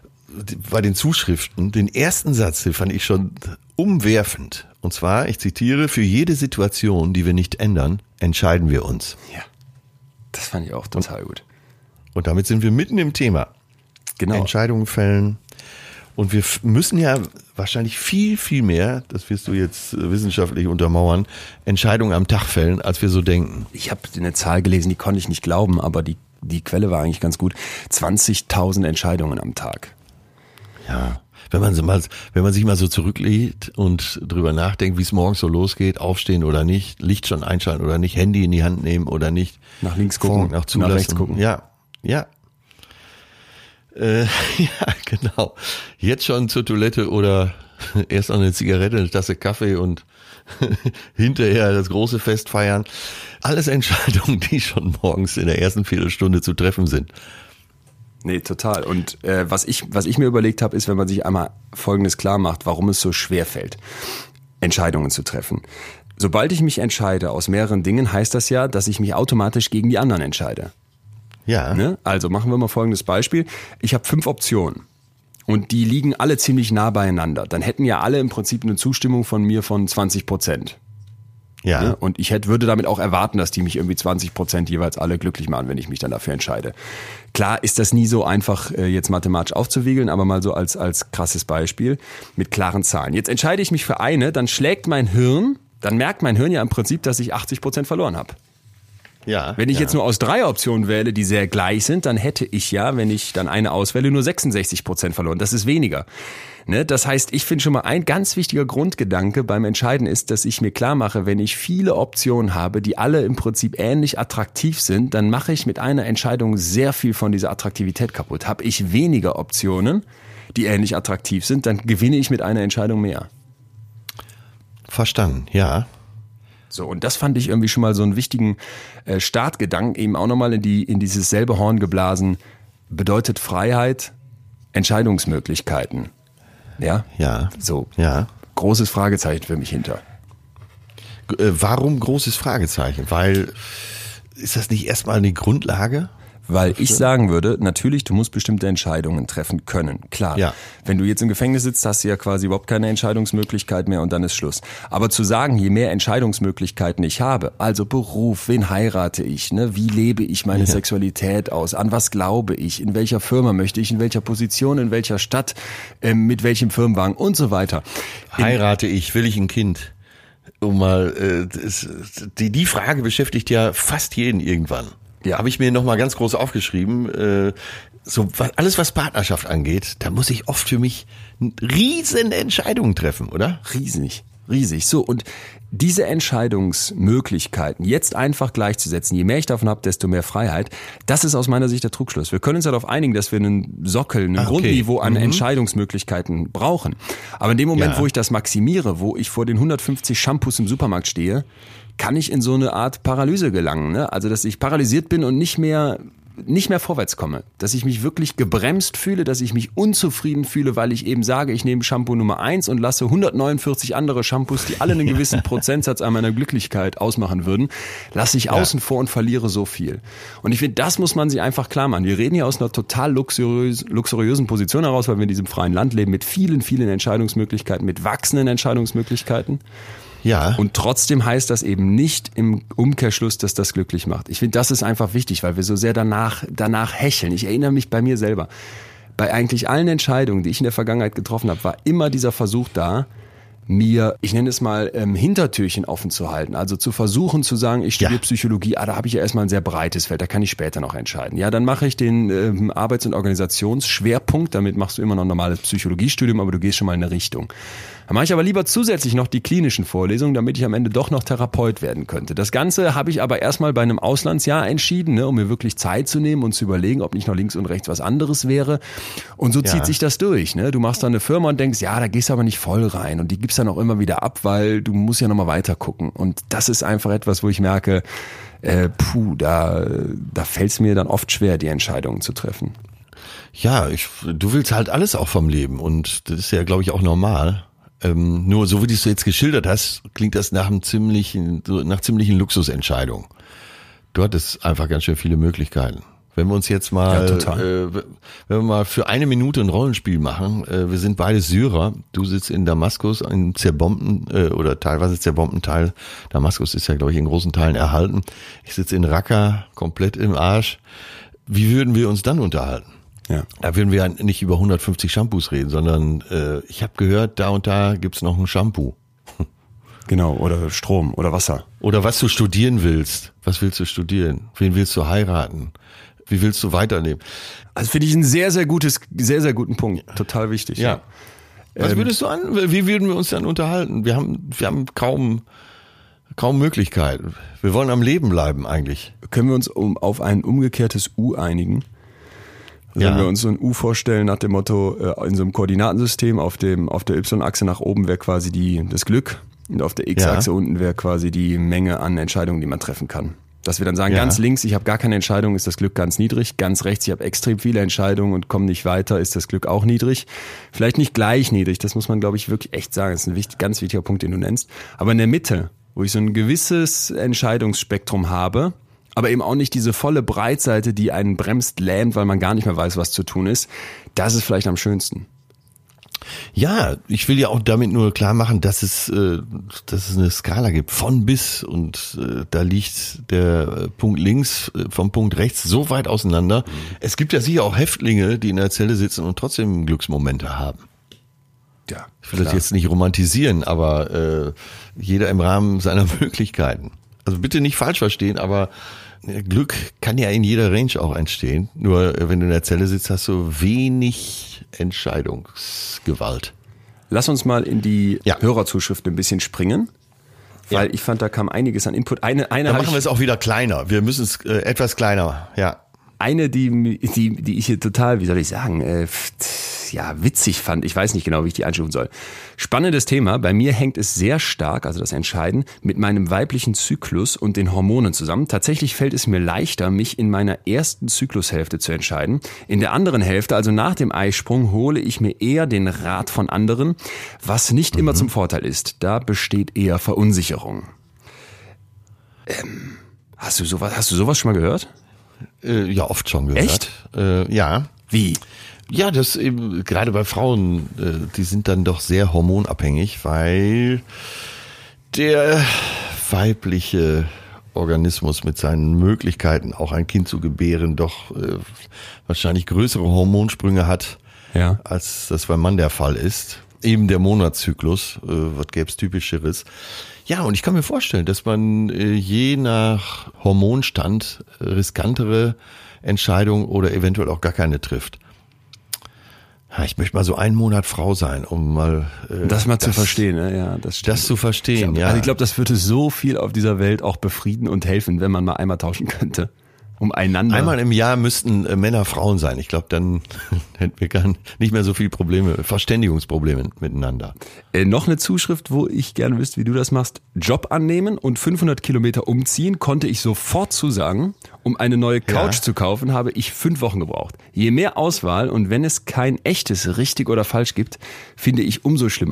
bei den Zuschriften, den ersten Satz, den fand ich schon umwerfend. Und zwar, ich zitiere, für jede Situation, die wir nicht ändern, entscheiden wir uns. Ja, das fand ich auch total gut. Und damit sind wir mitten im Thema. Genau. Entscheidungen fällen. Und wir müssen ja wahrscheinlich viel, viel mehr, das wirst du jetzt wissenschaftlich untermauern, Entscheidungen am Tag fällen, als wir so denken. Ich habe eine Zahl gelesen, die konnte ich nicht glauben, aber die, die Quelle war eigentlich ganz gut. zwanzigtausend Entscheidungen am Tag. Ja, wenn man, mal, wenn man sich mal so zurücklegt und drüber nachdenkt, wie es morgens so losgeht, aufstehen oder nicht, Licht schon einschalten oder nicht, Handy in die Hand nehmen oder nicht. Nach links gucken, nach, nach rechts gucken. Ja, ja. Äh, ja, genau. Jetzt schon zur Toilette oder erst noch eine Zigarette, eine Tasse Kaffee und hinterher das große Fest feiern. Alles Entscheidungen, die schon morgens in der ersten Viertelstunde zu treffen sind. Nee, total. Und äh, was ich was ich mir überlegt habe, ist, wenn man sich einmal Folgendes klar macht, warum es so schwer fällt, Entscheidungen zu treffen. Sobald ich mich entscheide aus mehreren Dingen, heißt das ja, dass ich mich automatisch gegen die anderen entscheide. Ja. Ne? Also machen wir mal folgendes Beispiel. Ich habe fünf Optionen und die liegen alle ziemlich nah beieinander. Dann hätten ja alle im Prinzip eine Zustimmung von mir von zwanzig Prozent. Ja. Ne? Und ich hätte, würde damit auch erwarten, dass die mich irgendwie zwanzig Prozent jeweils alle glücklich machen, wenn ich mich dann dafür entscheide. Klar ist das nie so einfach, jetzt mathematisch aufzuwiegeln, aber mal so als, als krasses Beispiel mit klaren Zahlen. Jetzt entscheide ich mich für eine, dann schlägt mein Hirn, dann merkt mein Hirn ja im Prinzip, dass ich achtzig Prozent verloren habe. Ja, wenn ich ja. jetzt nur aus drei Optionen wähle, die sehr gleich sind, dann hätte ich ja, wenn ich dann eine auswähle, nur sechsundsechzig Prozent verloren. Das ist weniger. Ne? Das heißt, ich finde schon mal, ein ganz wichtiger Grundgedanke beim Entscheiden ist, dass ich mir klar mache, wenn ich viele Optionen habe, die alle im Prinzip ähnlich attraktiv sind, dann mache ich mit einer Entscheidung sehr viel von dieser Attraktivität kaputt. Habe ich weniger Optionen, die ähnlich attraktiv sind, dann gewinne ich mit einer Entscheidung mehr. Verstanden, ja. So, und das fand ich irgendwie schon mal so einen wichtigen äh, Startgedanken, eben auch nochmal in die in dieses selbe Horn geblasen. Bedeutet Freiheit Entscheidungsmöglichkeiten. Ja? Ja. So. Ja. Großes Fragezeichen für mich hinter. Äh, warum großes Fragezeichen? Weil, ist das nicht erstmal eine Grundlage? Weil ich sagen würde, natürlich, du musst bestimmte Entscheidungen treffen können. Klar, ja. Wenn du jetzt im Gefängnis sitzt, hast du ja quasi überhaupt keine Entscheidungsmöglichkeit mehr und dann ist Schluss. Aber zu sagen, je mehr Entscheidungsmöglichkeiten ich habe, also Beruf, wen heirate ich, ne, wie lebe ich meine ja. Sexualität aus, an was glaube ich, in welcher Firma möchte ich, in welcher Position, in welcher Stadt, äh, mit welchem Firmenwagen und so weiter. Heirate ich, will ich ein Kind? Um mal, äh, das, die, die Frage beschäftigt ja fast jeden irgendwann. Ja, habe ich mir noch mal ganz groß aufgeschrieben. Äh, so alles, was Partnerschaft angeht, da muss ich oft für mich riesen Entscheidungen treffen, oder? Riesig, riesig. So, und diese Entscheidungsmöglichkeiten jetzt einfach gleichzusetzen, je mehr ich davon habe, desto mehr Freiheit, das ist aus meiner Sicht der Trugschluss. Wir können uns ja darauf einigen, dass wir einen Sockel, ein okay. Grundniveau an mhm. Entscheidungsmöglichkeiten brauchen. Aber in dem Moment, ja. wo ich das maximiere, wo ich vor den hundertfünfzig Shampoos im Supermarkt stehe, kann ich in so eine Art Paralyse gelangen, ne? Also, dass ich paralysiert bin und nicht mehr, nicht mehr vorwärts komme. Dass ich mich wirklich gebremst fühle, dass ich mich unzufrieden fühle, weil ich eben sage, ich nehme Shampoo Nummer eins und lasse hundertneunundvierzig andere Shampoos, die alle einen gewissen Prozentsatz an meiner Glücklichkeit ausmachen würden, lasse ich ja. außen vor und verliere so viel. Und ich finde, das muss man sich einfach klar machen. Wir reden hier aus einer total luxuriös, luxuriösen Position heraus, weil wir in diesem freien Land leben, mit vielen, vielen Entscheidungsmöglichkeiten, mit wachsenden Entscheidungsmöglichkeiten. Ja. Und trotzdem heißt das eben nicht im Umkehrschluss, dass das glücklich macht. Ich finde, das ist einfach wichtig, weil wir so sehr danach, danach hecheln. Ich erinnere mich bei mir selber. Bei eigentlich allen Entscheidungen, die ich in der Vergangenheit getroffen habe, war immer dieser Versuch da, mir, ich nenne es mal, ähm, Hintertürchen offen zu halten. Also zu versuchen zu sagen, ich studiere ja. Psychologie, ah, da habe ich ja erstmal ein sehr breites Feld, da kann ich später noch entscheiden. Ja, dann mache ich den ähm, Arbeits- und Organisationsschwerpunkt, damit machst du immer noch ein normales Psychologiestudium, aber du gehst schon mal in eine Richtung. Dann mache ich aber lieber zusätzlich noch die klinischen Vorlesungen, damit ich am Ende doch noch Therapeut werden könnte. Das Ganze habe ich aber erstmal bei einem Auslandsjahr entschieden, ne, um mir wirklich Zeit zu nehmen und zu überlegen, ob nicht noch links und rechts was anderes wäre. Und so ja. zieht sich das durch. Ne? Du machst dann eine Firma und denkst, ja, da gehst du aber nicht voll rein. Und die gibst dann auch immer wieder ab, weil du musst ja nochmal weiter gucken. Und das ist einfach etwas, wo ich merke, äh, puh, da, da fällt es mir dann oft schwer, die Entscheidungen zu treffen. Ja, ich, du willst halt alles auch vom Leben. Und das ist ja, glaube ich, auch normal. Ähm, nur so wie du es jetzt geschildert hast, klingt das nach einem ziemlichen, so nach ziemlichen Luxusentscheidungen. Du hattest einfach ganz schön viele Möglichkeiten. Wenn wir uns jetzt mal, ja, äh, wenn wir mal für eine Minute ein Rollenspiel machen, äh, wir sind beide Syrer. Du sitzt in Damaskus, einem zerbombten äh, oder teilweise zerbombten Teil. Damaskus ist ja, glaube ich, in großen Teilen erhalten. Ich sitze in Raqqa, komplett im Arsch. Wie würden wir uns dann unterhalten? Ja. Da würden wir nicht über hundertfünfzig Shampoos reden, sondern äh, ich habe gehört, da und da gibt's noch ein Shampoo. Genau, oder Strom oder Wasser. Oder was du studieren willst. Was willst du studieren? Wen willst du heiraten? Wie willst du weiterleben? Also finde ich ein sehr, sehr gutes, sehr, sehr guten Punkt. Total wichtig. Ja. ja. Was würdest du an? Wie würden wir uns dann unterhalten? Wir haben, wir haben kaum, kaum Möglichkeiten. Wir wollen am Leben bleiben eigentlich. Können wir uns um, auf ein umgekehrtes U einigen? Wenn ja. wir uns so ein U vorstellen nach dem Motto, äh, in so einem Koordinatensystem, auf dem, auf der Y-Achse nach oben wäre quasi die, das Glück und auf der X-Achse ja. unten wäre quasi die Menge an Entscheidungen, die man treffen kann. Dass wir dann sagen, ja. ganz links, ich habe gar keine Entscheidung, ist das Glück ganz niedrig. Ganz rechts, ich habe extrem viele Entscheidungen und komme nicht weiter, ist das Glück auch niedrig. Vielleicht nicht gleich niedrig, das muss man, glaube ich, wirklich echt sagen. Das ist ein wichtig, ganz wichtiger Punkt, den du nennst. Aber in der Mitte, wo ich so ein gewisses Entscheidungsspektrum habe, aber eben auch nicht diese volle Breitseite, die einen bremst, lähmt, weil man gar nicht mehr weiß, was zu tun ist, das ist vielleicht am schönsten. Ja, ich will ja auch damit nur klar machen, dass es, äh, dass es eine Skala gibt von bis und äh, da liegt der Punkt links äh, vom Punkt rechts so weit auseinander. Mhm. Es gibt ja sicher auch Häftlinge, die in der Zelle sitzen und trotzdem Glücksmomente haben. Ja, ich will klar. das jetzt nicht romantisieren, aber äh, jeder im Rahmen seiner Möglichkeiten. Also bitte nicht falsch verstehen, aber Glück kann ja in jeder Range auch entstehen. Nur wenn du in der Zelle sitzt, hast du wenig Entscheidungsgewalt. Lass uns mal in die ja. Hörerzuschriften ein bisschen springen, weil ja. ich fand, da kam einiges an Input. Eine, eine Dann machen wir es auch wieder kleiner. Wir müssen es äh, etwas kleiner, ja. Eine, die, die, die ich hier total, wie soll ich sagen, äh, ja, witzig fand. Ich weiß nicht genau, wie ich die einstufen soll. Spannendes Thema. Bei mir hängt es sehr stark, also das Entscheiden, mit meinem weiblichen Zyklus und den Hormonen zusammen. Tatsächlich fällt es mir leichter, mich in meiner ersten Zyklushälfte zu entscheiden. In der anderen Hälfte, also nach dem Eisprung, hole ich mir eher den Rat von anderen, was nicht mhm. immer zum Vorteil ist. Da besteht eher Verunsicherung. Ähm, hast du sowas, hast du sowas schon mal gehört? Äh, ja, oft schon gehört. Echt? Äh, ja. Wie? Ja, das eben, gerade bei Frauen, äh, die sind dann doch sehr hormonabhängig, weil der weibliche Organismus mit seinen Möglichkeiten, auch ein Kind zu gebären, doch äh, wahrscheinlich größere Hormonsprünge hat, ja. als das beim Mann der Fall ist. Eben der Monatszyklus, äh, was gäbe es typischeres. Ja, und ich kann mir vorstellen, dass man äh, je nach Hormonstand äh, riskantere Entscheidungen oder eventuell auch gar keine trifft. Ja, ich möchte mal so einen Monat Frau sein, um mal äh, das mal das, zu verstehen. Ne? Ja, das, das zu verstehen. Ich glaub, ja. Also ich glaube, das würde so viel auf dieser Welt auch befrieden und helfen, wenn man mal einmal tauschen könnte. Um einander. Einmal im Jahr müssten äh, Männer Frauen sein. Ich glaube, dann hätten wir gar nicht mehr so viele Probleme, Verständigungsprobleme miteinander. Äh, noch eine Zuschrift, wo ich gerne wüsste, wie du das machst. Job annehmen und fünfhundert Kilometer umziehen, konnte ich sofort zusagen. Um eine neue Couch ja. zu kaufen, habe ich fünf Wochen gebraucht. Je mehr Auswahl und wenn es kein echtes richtig oder falsch gibt, finde ich umso schlimmer.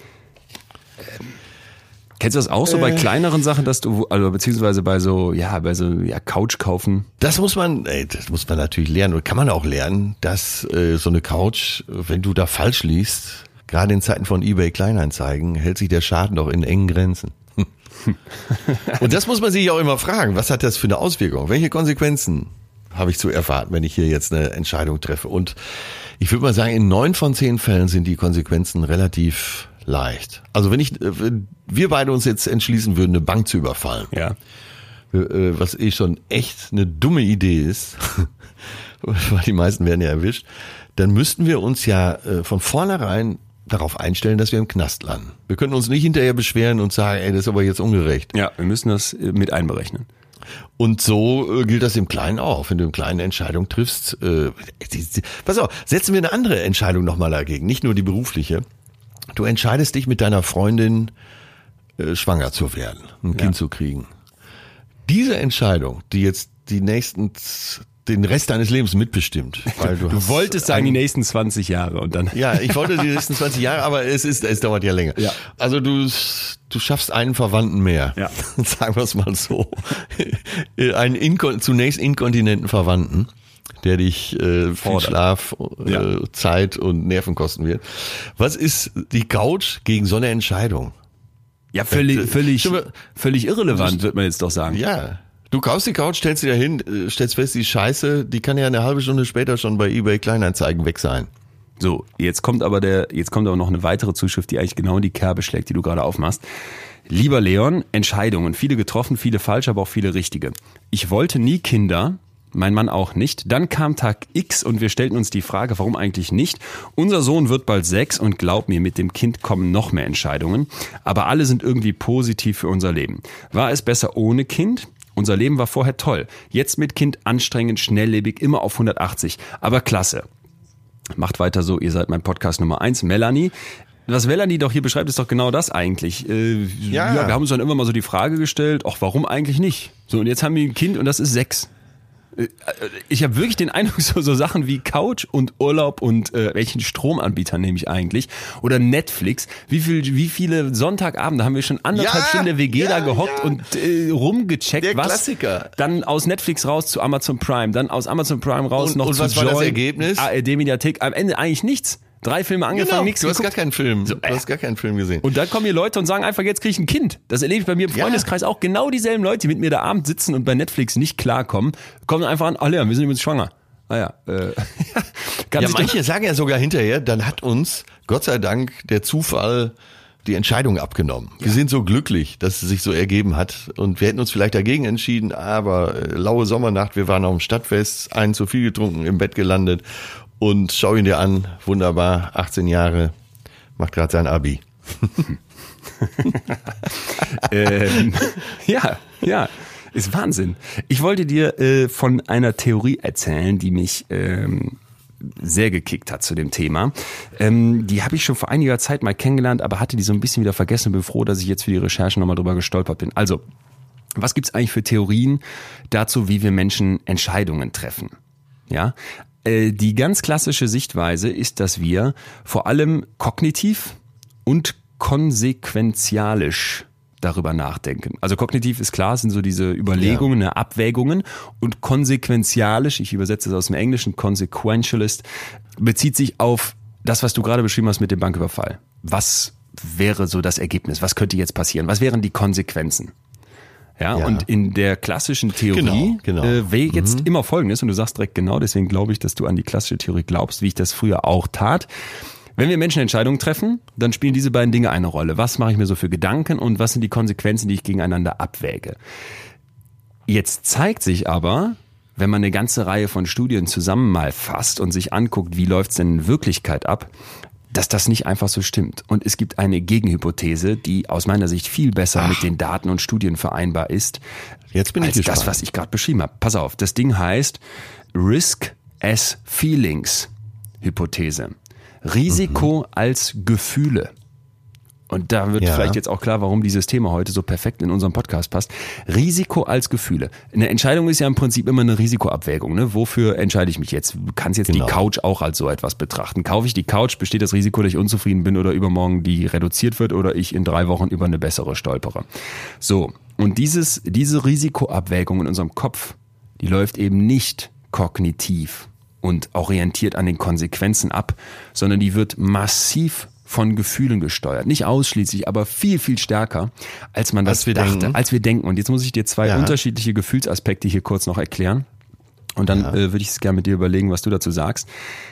Ähm. Kennst du das auch so äh, bei kleineren Sachen, dass du, also beziehungsweise bei so, ja, bei so ja, Couch kaufen? Das muss man, ey, das muss man natürlich lernen und kann man auch lernen, dass äh, so eine Couch, wenn du da falsch liest, gerade in Zeiten von eBay Kleinanzeigen, hält sich der Schaden doch in engen Grenzen. Und das muss man sich auch immer fragen, was hat das für eine Auswirkung? Welche Konsequenzen habe ich zu erwarten, wenn ich hier jetzt eine Entscheidung treffe? Und ich würde mal sagen, in neun von zehn Fällen sind die Konsequenzen relativ leicht. Also wenn ich, wenn wir beide uns jetzt entschließen würden, eine Bank zu überfallen, ja, was eh schon echt eine dumme Idee ist, weil die meisten werden ja erwischt, dann müssten wir uns ja von vornherein darauf einstellen, dass wir im Knast landen. Wir können uns nicht hinterher beschweren und sagen, ey, das ist aber jetzt ungerecht. Ja, wir müssen das mit einberechnen. Und so gilt das im Kleinen auch. Wenn du im Kleinen eine Entscheidung triffst, äh, pass auf, setzen wir eine andere Entscheidung nochmal dagegen, nicht nur die berufliche. Du entscheidest dich mit deiner Freundin äh, schwanger zu werden, ein ja. Kind zu kriegen. Diese Entscheidung, die jetzt die nächsten, den Rest deines Lebens mitbestimmt. Weil du, du wolltest sagen, die nächsten zwanzig Jahre und dann. Ja, ich wollte die nächsten zwanzig Jahre, aber es ist, es dauert ja länger. Ja. Also du, du schaffst einen Verwandten mehr. Ja. Sagen wir es mal so. Einen Inkon- zunächst inkontinenten Verwandten, der dich äh, viel Schlaf, äh, ja. Zeit und Nerven kosten wird. Was ist die Couch gegen so eine Entscheidung? Ja, völlig, völlig, völlig irrelevant, wird man jetzt doch sagen. Ja. Du kaufst die Couch, stellst sie da hin, stellst fest, die Scheiße, die kann ja eine halbe Stunde später schon bei eBay Kleinanzeigen weg sein. So, jetzt kommt aber der, jetzt kommt aber noch eine weitere Zuschrift, die eigentlich genau in die Kerbe schlägt, die du gerade aufmachst. Lieber Leon, Entscheidungen, viele getroffen, viele falsch, aber auch viele richtige. Ich wollte nie Kinder, mein Mann auch nicht. Dann kam Tag X und wir stellten uns die Frage, warum eigentlich nicht? Unser Sohn wird bald sechs und glaub mir, mit dem Kind kommen noch mehr Entscheidungen. Aber alle sind irgendwie positiv für unser Leben. War es besser ohne Kind? Unser Leben war vorher toll. Jetzt mit Kind anstrengend, schnelllebig, immer auf hundertachtzig. Aber klasse. Macht weiter so, ihr seid mein Podcast Nummer eins. Melanie. Was Melanie doch hier beschreibt, ist doch genau das eigentlich. Äh, ja. ja, wir haben uns dann immer mal so die Frage gestellt, ach, warum eigentlich nicht? So, und jetzt haben wir ein Kind und das ist sechs. Ich habe wirklich den Eindruck, so, so Sachen wie Couch und Urlaub und äh, welchen Stromanbieter nehme ich eigentlich oder Netflix. Wie viel, wie viele Sonntagabende haben wir schon anderthalb ja, Stunden der W G ja, da gehockt ja. und äh, rumgecheckt, der was Klassiker. Dann aus Netflix raus zu Amazon Prime, dann aus Amazon Prime raus und, noch und zu was Join, war das Ergebnis? A R D Mediathek. Am Ende eigentlich nichts. Drei Filme angefangen, Genau, nichts du hast geguckt. gar keinen Film, So, du hast gar keinen Film gesehen. Und dann kommen hier Leute und sagen einfach, jetzt kriege ich ein Kind. Das erlebe ich bei mir im Freundeskreis auch. Genau dieselben Leute, die mit mir da abends sitzen und bei Netflix nicht klarkommen, kommen einfach an, ah ja, wir sind übrigens schwanger. Ah ja, äh, kann Ja, sich manche sagen ja sogar hinterher, dann hat uns, Gott sei Dank, der Zufall die Entscheidung abgenommen. Wir sind so glücklich, dass es sich so ergeben hat und wir hätten uns vielleicht dagegen entschieden, aber äh, laue Sommernacht, wir waren auf dem Stadtfest, einen zu viel getrunken, im Bett gelandet und schau ihn dir an, wunderbar, achtzehn Jahre, macht gerade sein Abi. ähm, ja, ja, ist Wahnsinn. Ich wollte dir äh, von einer Theorie erzählen, die mich ähm, sehr gekickt hat zu dem Thema. Ähm, die habe ich schon vor einiger Zeit mal kennengelernt, aber hatte die so ein bisschen wieder vergessen und bin froh, dass ich jetzt für die Recherche nochmal drüber gestolpert bin. Also, was gibt's eigentlich für Theorien dazu, wie wir Menschen Entscheidungen treffen? Ja, äh, die ganz klassische Sichtweise ist, dass wir vor allem kognitiv und konsequenzialisch darüber nachdenken. Also kognitiv ist klar, sind so diese Überlegungen, ja. Abwägungen, und konsequenzialisch, ich übersetze es aus dem Englischen, consequentialist, bezieht sich auf das, was du gerade beschrieben hast mit dem Banküberfall. Was wäre so das Ergebnis? Was könnte jetzt passieren? Was wären die Konsequenzen? Ja, Ja. und in der klassischen Theorie Genau, genau. äh, wäre jetzt Mhm. immer Folgendes, und du sagst direkt genau, deswegen glaube ich, dass du an die klassische Theorie glaubst, wie ich das früher auch tat. Wenn wir Menschen Entscheidungen treffen, dann spielen diese beiden Dinge eine Rolle. Was mache ich mir so für Gedanken und was sind die Konsequenzen, die ich gegeneinander abwäge? Jetzt zeigt sich aber, wenn man eine ganze Reihe von Studien zusammen mal fasst und sich anguckt, wie läuft es denn in Wirklichkeit ab, dass das nicht einfach so stimmt. Und es gibt eine Gegenhypothese, die aus meiner Sicht viel besser Ach. mit den Daten und Studien vereinbar ist, Jetzt bin ich als gespannt. das, was ich gerade beschrieben habe. Pass auf, das Ding heißt Risk as Feelings Hypothese. Risiko mhm. als Gefühle. Und da wird Ja. vielleicht jetzt auch klar, warum dieses Thema heute so perfekt in unserem Podcast passt. Risiko als Gefühle. Eine Entscheidung ist ja im Prinzip immer eine Risikoabwägung. Ne? Wofür entscheide ich mich jetzt? Du kannst jetzt Genau. die Couch auch als so etwas betrachten. Kaufe ich die Couch, besteht das Risiko, dass ich unzufrieden bin oder übermorgen die reduziert wird oder ich in drei Wochen über eine bessere stolpere. So, und dieses, diese Risikoabwägung in unserem Kopf, die läuft eben nicht kognitiv und orientiert an den Konsequenzen ab, sondern die wird massiv von Gefühlen gesteuert. Nicht ausschließlich, aber viel, viel stärker, als man das Als wir dachte, denken. als wir denken. Und jetzt muss ich dir zwei Ja. unterschiedliche Gefühlsaspekte hier kurz noch erklären. Und dann Ja. äh, würde ich es gerne mit dir überlegen, was du dazu sagst.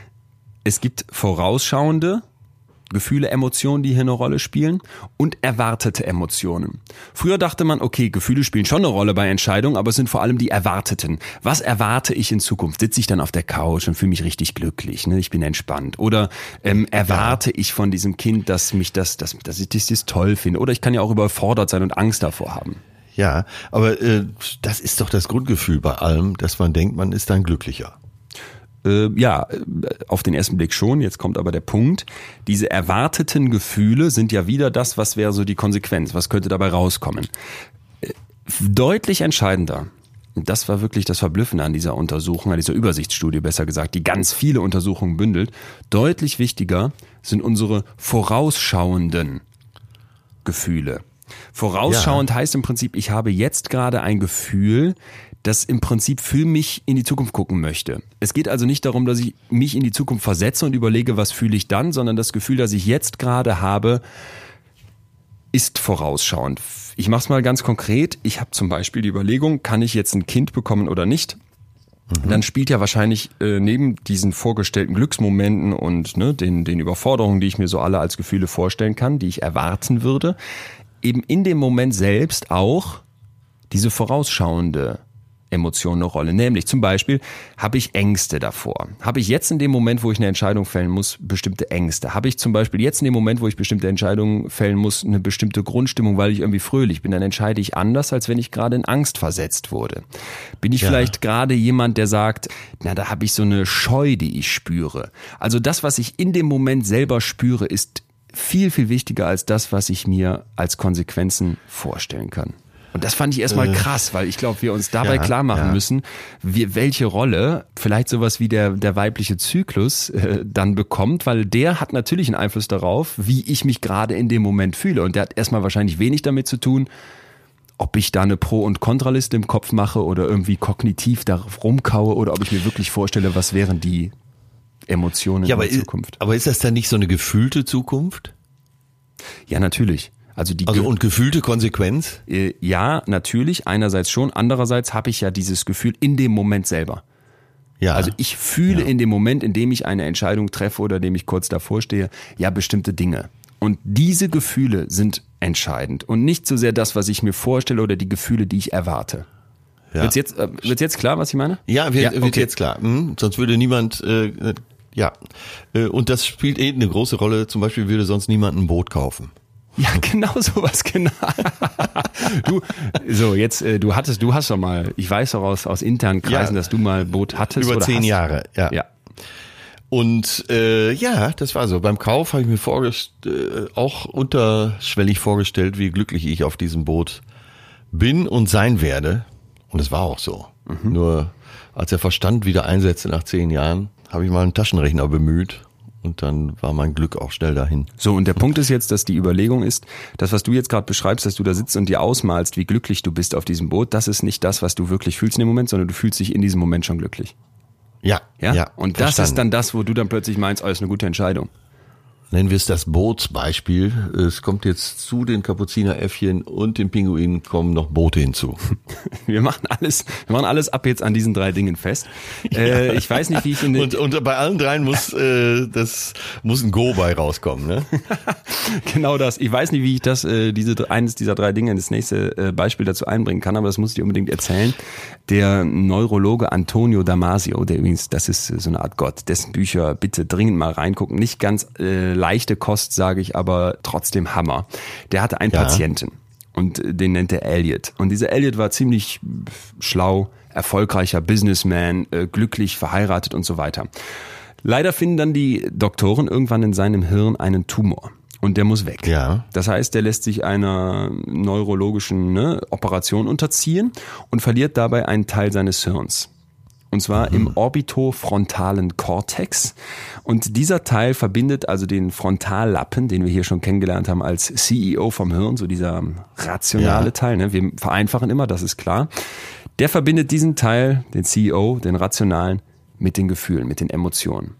Es gibt vorausschauende Gefühle, Emotionen, die hier eine Rolle spielen, und erwartete Emotionen. Früher dachte man, okay, Gefühle spielen schon eine Rolle bei Entscheidungen, aber es sind vor allem die erwarteten. Was erwarte ich in Zukunft? Sitze ich dann auf der Couch und fühle mich richtig glücklich, ne? Ich bin entspannt. Oder ähm, erwarte ja. ich von diesem Kind, dass mich das, dass, dass ich das, das toll finde? Oder ich kann ja auch überfordert sein und Angst davor haben. Ja, aber äh, das ist doch das Grundgefühl bei allem, dass man denkt, man ist dann glücklicher. Äh, ja, auf den ersten Blick schon. Jetzt kommt aber der Punkt. Diese erwarteten Gefühle sind ja wieder das, was wäre so die Konsequenz. Was könnte dabei rauskommen? Äh, deutlich entscheidender. Und das war wirklich das Verblüffende an dieser Untersuchung, an dieser Übersichtsstudie besser gesagt, die ganz viele Untersuchungen bündelt. Deutlich wichtiger sind unsere vorausschauenden Gefühle. Vorausschauend ja. heißt im Prinzip, ich habe jetzt gerade ein Gefühl, das im Prinzip für mich in die Zukunft gucken möchte. Es geht also nicht darum, dass ich mich in die Zukunft versetze und überlege, was fühle ich dann, sondern das Gefühl, das ich jetzt gerade habe, ist vorausschauend. Ich mache es mal ganz konkret. Ich habe zum Beispiel die Überlegung, kann ich jetzt ein Kind bekommen oder nicht? Mhm. Dann spielt ja wahrscheinlich äh, neben diesen vorgestellten Glücksmomenten und ne, den, den Überforderungen, die ich mir so alle als Gefühle vorstellen kann, die ich erwarten würde, eben in dem Moment selbst auch diese vorausschauende Emotion eine Rolle. Nämlich zum Beispiel, habe ich Ängste davor? Habe ich jetzt in dem Moment, wo ich eine Entscheidung fällen muss, bestimmte Ängste? Habe ich zum Beispiel jetzt in dem Moment, wo ich bestimmte Entscheidungen fällen muss, eine bestimmte Grundstimmung, weil ich irgendwie fröhlich bin? Dann entscheide ich anders, als wenn ich gerade in Angst versetzt wurde. Bin ich ja. vielleicht gerade jemand, der sagt, na, da habe ich so eine Scheu, die ich spüre. Also das, was ich in dem Moment selber spüre, ist viel, viel wichtiger als das, was ich mir als Konsequenzen vorstellen kann. Und das fand ich erstmal äh, krass, weil ich glaube, wir uns dabei ja, klar machen ja. müssen, wie, welche Rolle vielleicht sowas wie der, der weibliche Zyklus äh, dann bekommt, weil der hat natürlich einen Einfluss darauf, wie ich mich gerade in dem Moment fühle. Und der hat erstmal wahrscheinlich wenig damit zu tun, ob ich da eine Pro- und Kontraliste im Kopf mache oder irgendwie kognitiv darauf rumkaue oder ob ich mir wirklich vorstelle, was wären die Emotionen Ja, aber, in der Zukunft. aber ist das dann nicht so eine gefühlte Zukunft? Ja, natürlich. Also die Also Ge- und gefühlte Konsequenz? äh, ja, natürlich. Einerseits schon. Andererseits habe ich ja dieses Gefühl in dem Moment selber. Ja. Also ich fühle Ja. in dem Moment, in dem ich eine Entscheidung treffe oder in dem ich kurz davor stehe, ja, bestimmte Dinge. Und diese Gefühle sind entscheidend und nicht so sehr das, was ich mir vorstelle oder die Gefühle, die ich erwarte. ja. Wird's jetzt, äh, wird's jetzt klar, was ich meine? Ja, wird, Ja, wird okay. jetzt klar. Hm? Sonst würde niemand, äh, ja. Äh, Und das spielt eben eine große Rolle. Zum Beispiel würde sonst niemand ein Boot kaufen. Ja, genau sowas, genau. Du, so jetzt, äh, du hattest, du hast doch mal, ich weiß doch aus, aus internen Kreisen, Ja. dass du mal Boot hattest. Über oder zehn hast. Jahre, ja. Ja. Und äh, ja, das war so. Beim Kauf habe ich mir vorgest äh, auch unterschwellig vorgestellt, wie glücklich ich auf diesem Boot bin und sein werde. Und es war auch so. Mhm. Nur als der Verstand wieder einsetzte nach zehn Jahren, habe ich mal einen Taschenrechner bemüht. Und dann war mein Glück auch schnell dahin. So, und der Punkt ist jetzt, dass die Überlegung ist, das, was du jetzt gerade beschreibst, dass du da sitzt und dir ausmalst, wie glücklich du bist auf diesem Boot, das ist nicht das, was du wirklich fühlst in dem Moment, sondern du fühlst dich in diesem Moment schon glücklich. Ja, Ja? ja. Und das verstanden. ist dann das, wo du dann plötzlich meinst, oh, das ist eine gute Entscheidung. Nennen wir es das Bootsbeispiel. Es kommt jetzt zu den Kapuzineräffchen und den Pinguinen kommen noch Boote hinzu. Wir machen alles, wir machen alles ab jetzt an diesen drei Dingen fest. Äh, ich weiß nicht, wie ich in den, Und, und bei allen dreien muss äh, das muss ein Go bei rauskommen, ne? genau das. Ich weiß nicht, wie ich das, äh, diese eines dieser drei Dinge in das nächste äh, Beispiel dazu einbringen kann, aber das muss ich dir unbedingt erzählen. Der Neurologe Antonio Damasio, der übrigens, das ist so eine Art Gott, dessen Bücher bitte dringend mal reingucken. Nicht ganz äh, leichte Kost, sage ich, aber trotzdem Hammer. Der hatte einen Ja. Patienten und den nennt er Elliot. Und dieser Elliot war ziemlich schlau, erfolgreicher Businessman, äh, glücklich, verheiratet und so weiter. Leider finden dann die Doktoren irgendwann in seinem Hirn einen Tumor. Und der muss weg. Ja. Das heißt, der lässt sich einer neurologischen ne, Operation unterziehen und verliert dabei einen Teil seines Hirns. Und zwar mhm. im orbitofrontalen Kortex. Und dieser Teil verbindet also den Frontallappen, den wir hier schon kennengelernt haben als C E O vom Hirn, so dieser rationale Ja. Teil. Ne? Wir vereinfachen immer, das ist klar. Der verbindet diesen Teil, den C E O, den rationalen, mit den Gefühlen, mit den Emotionen.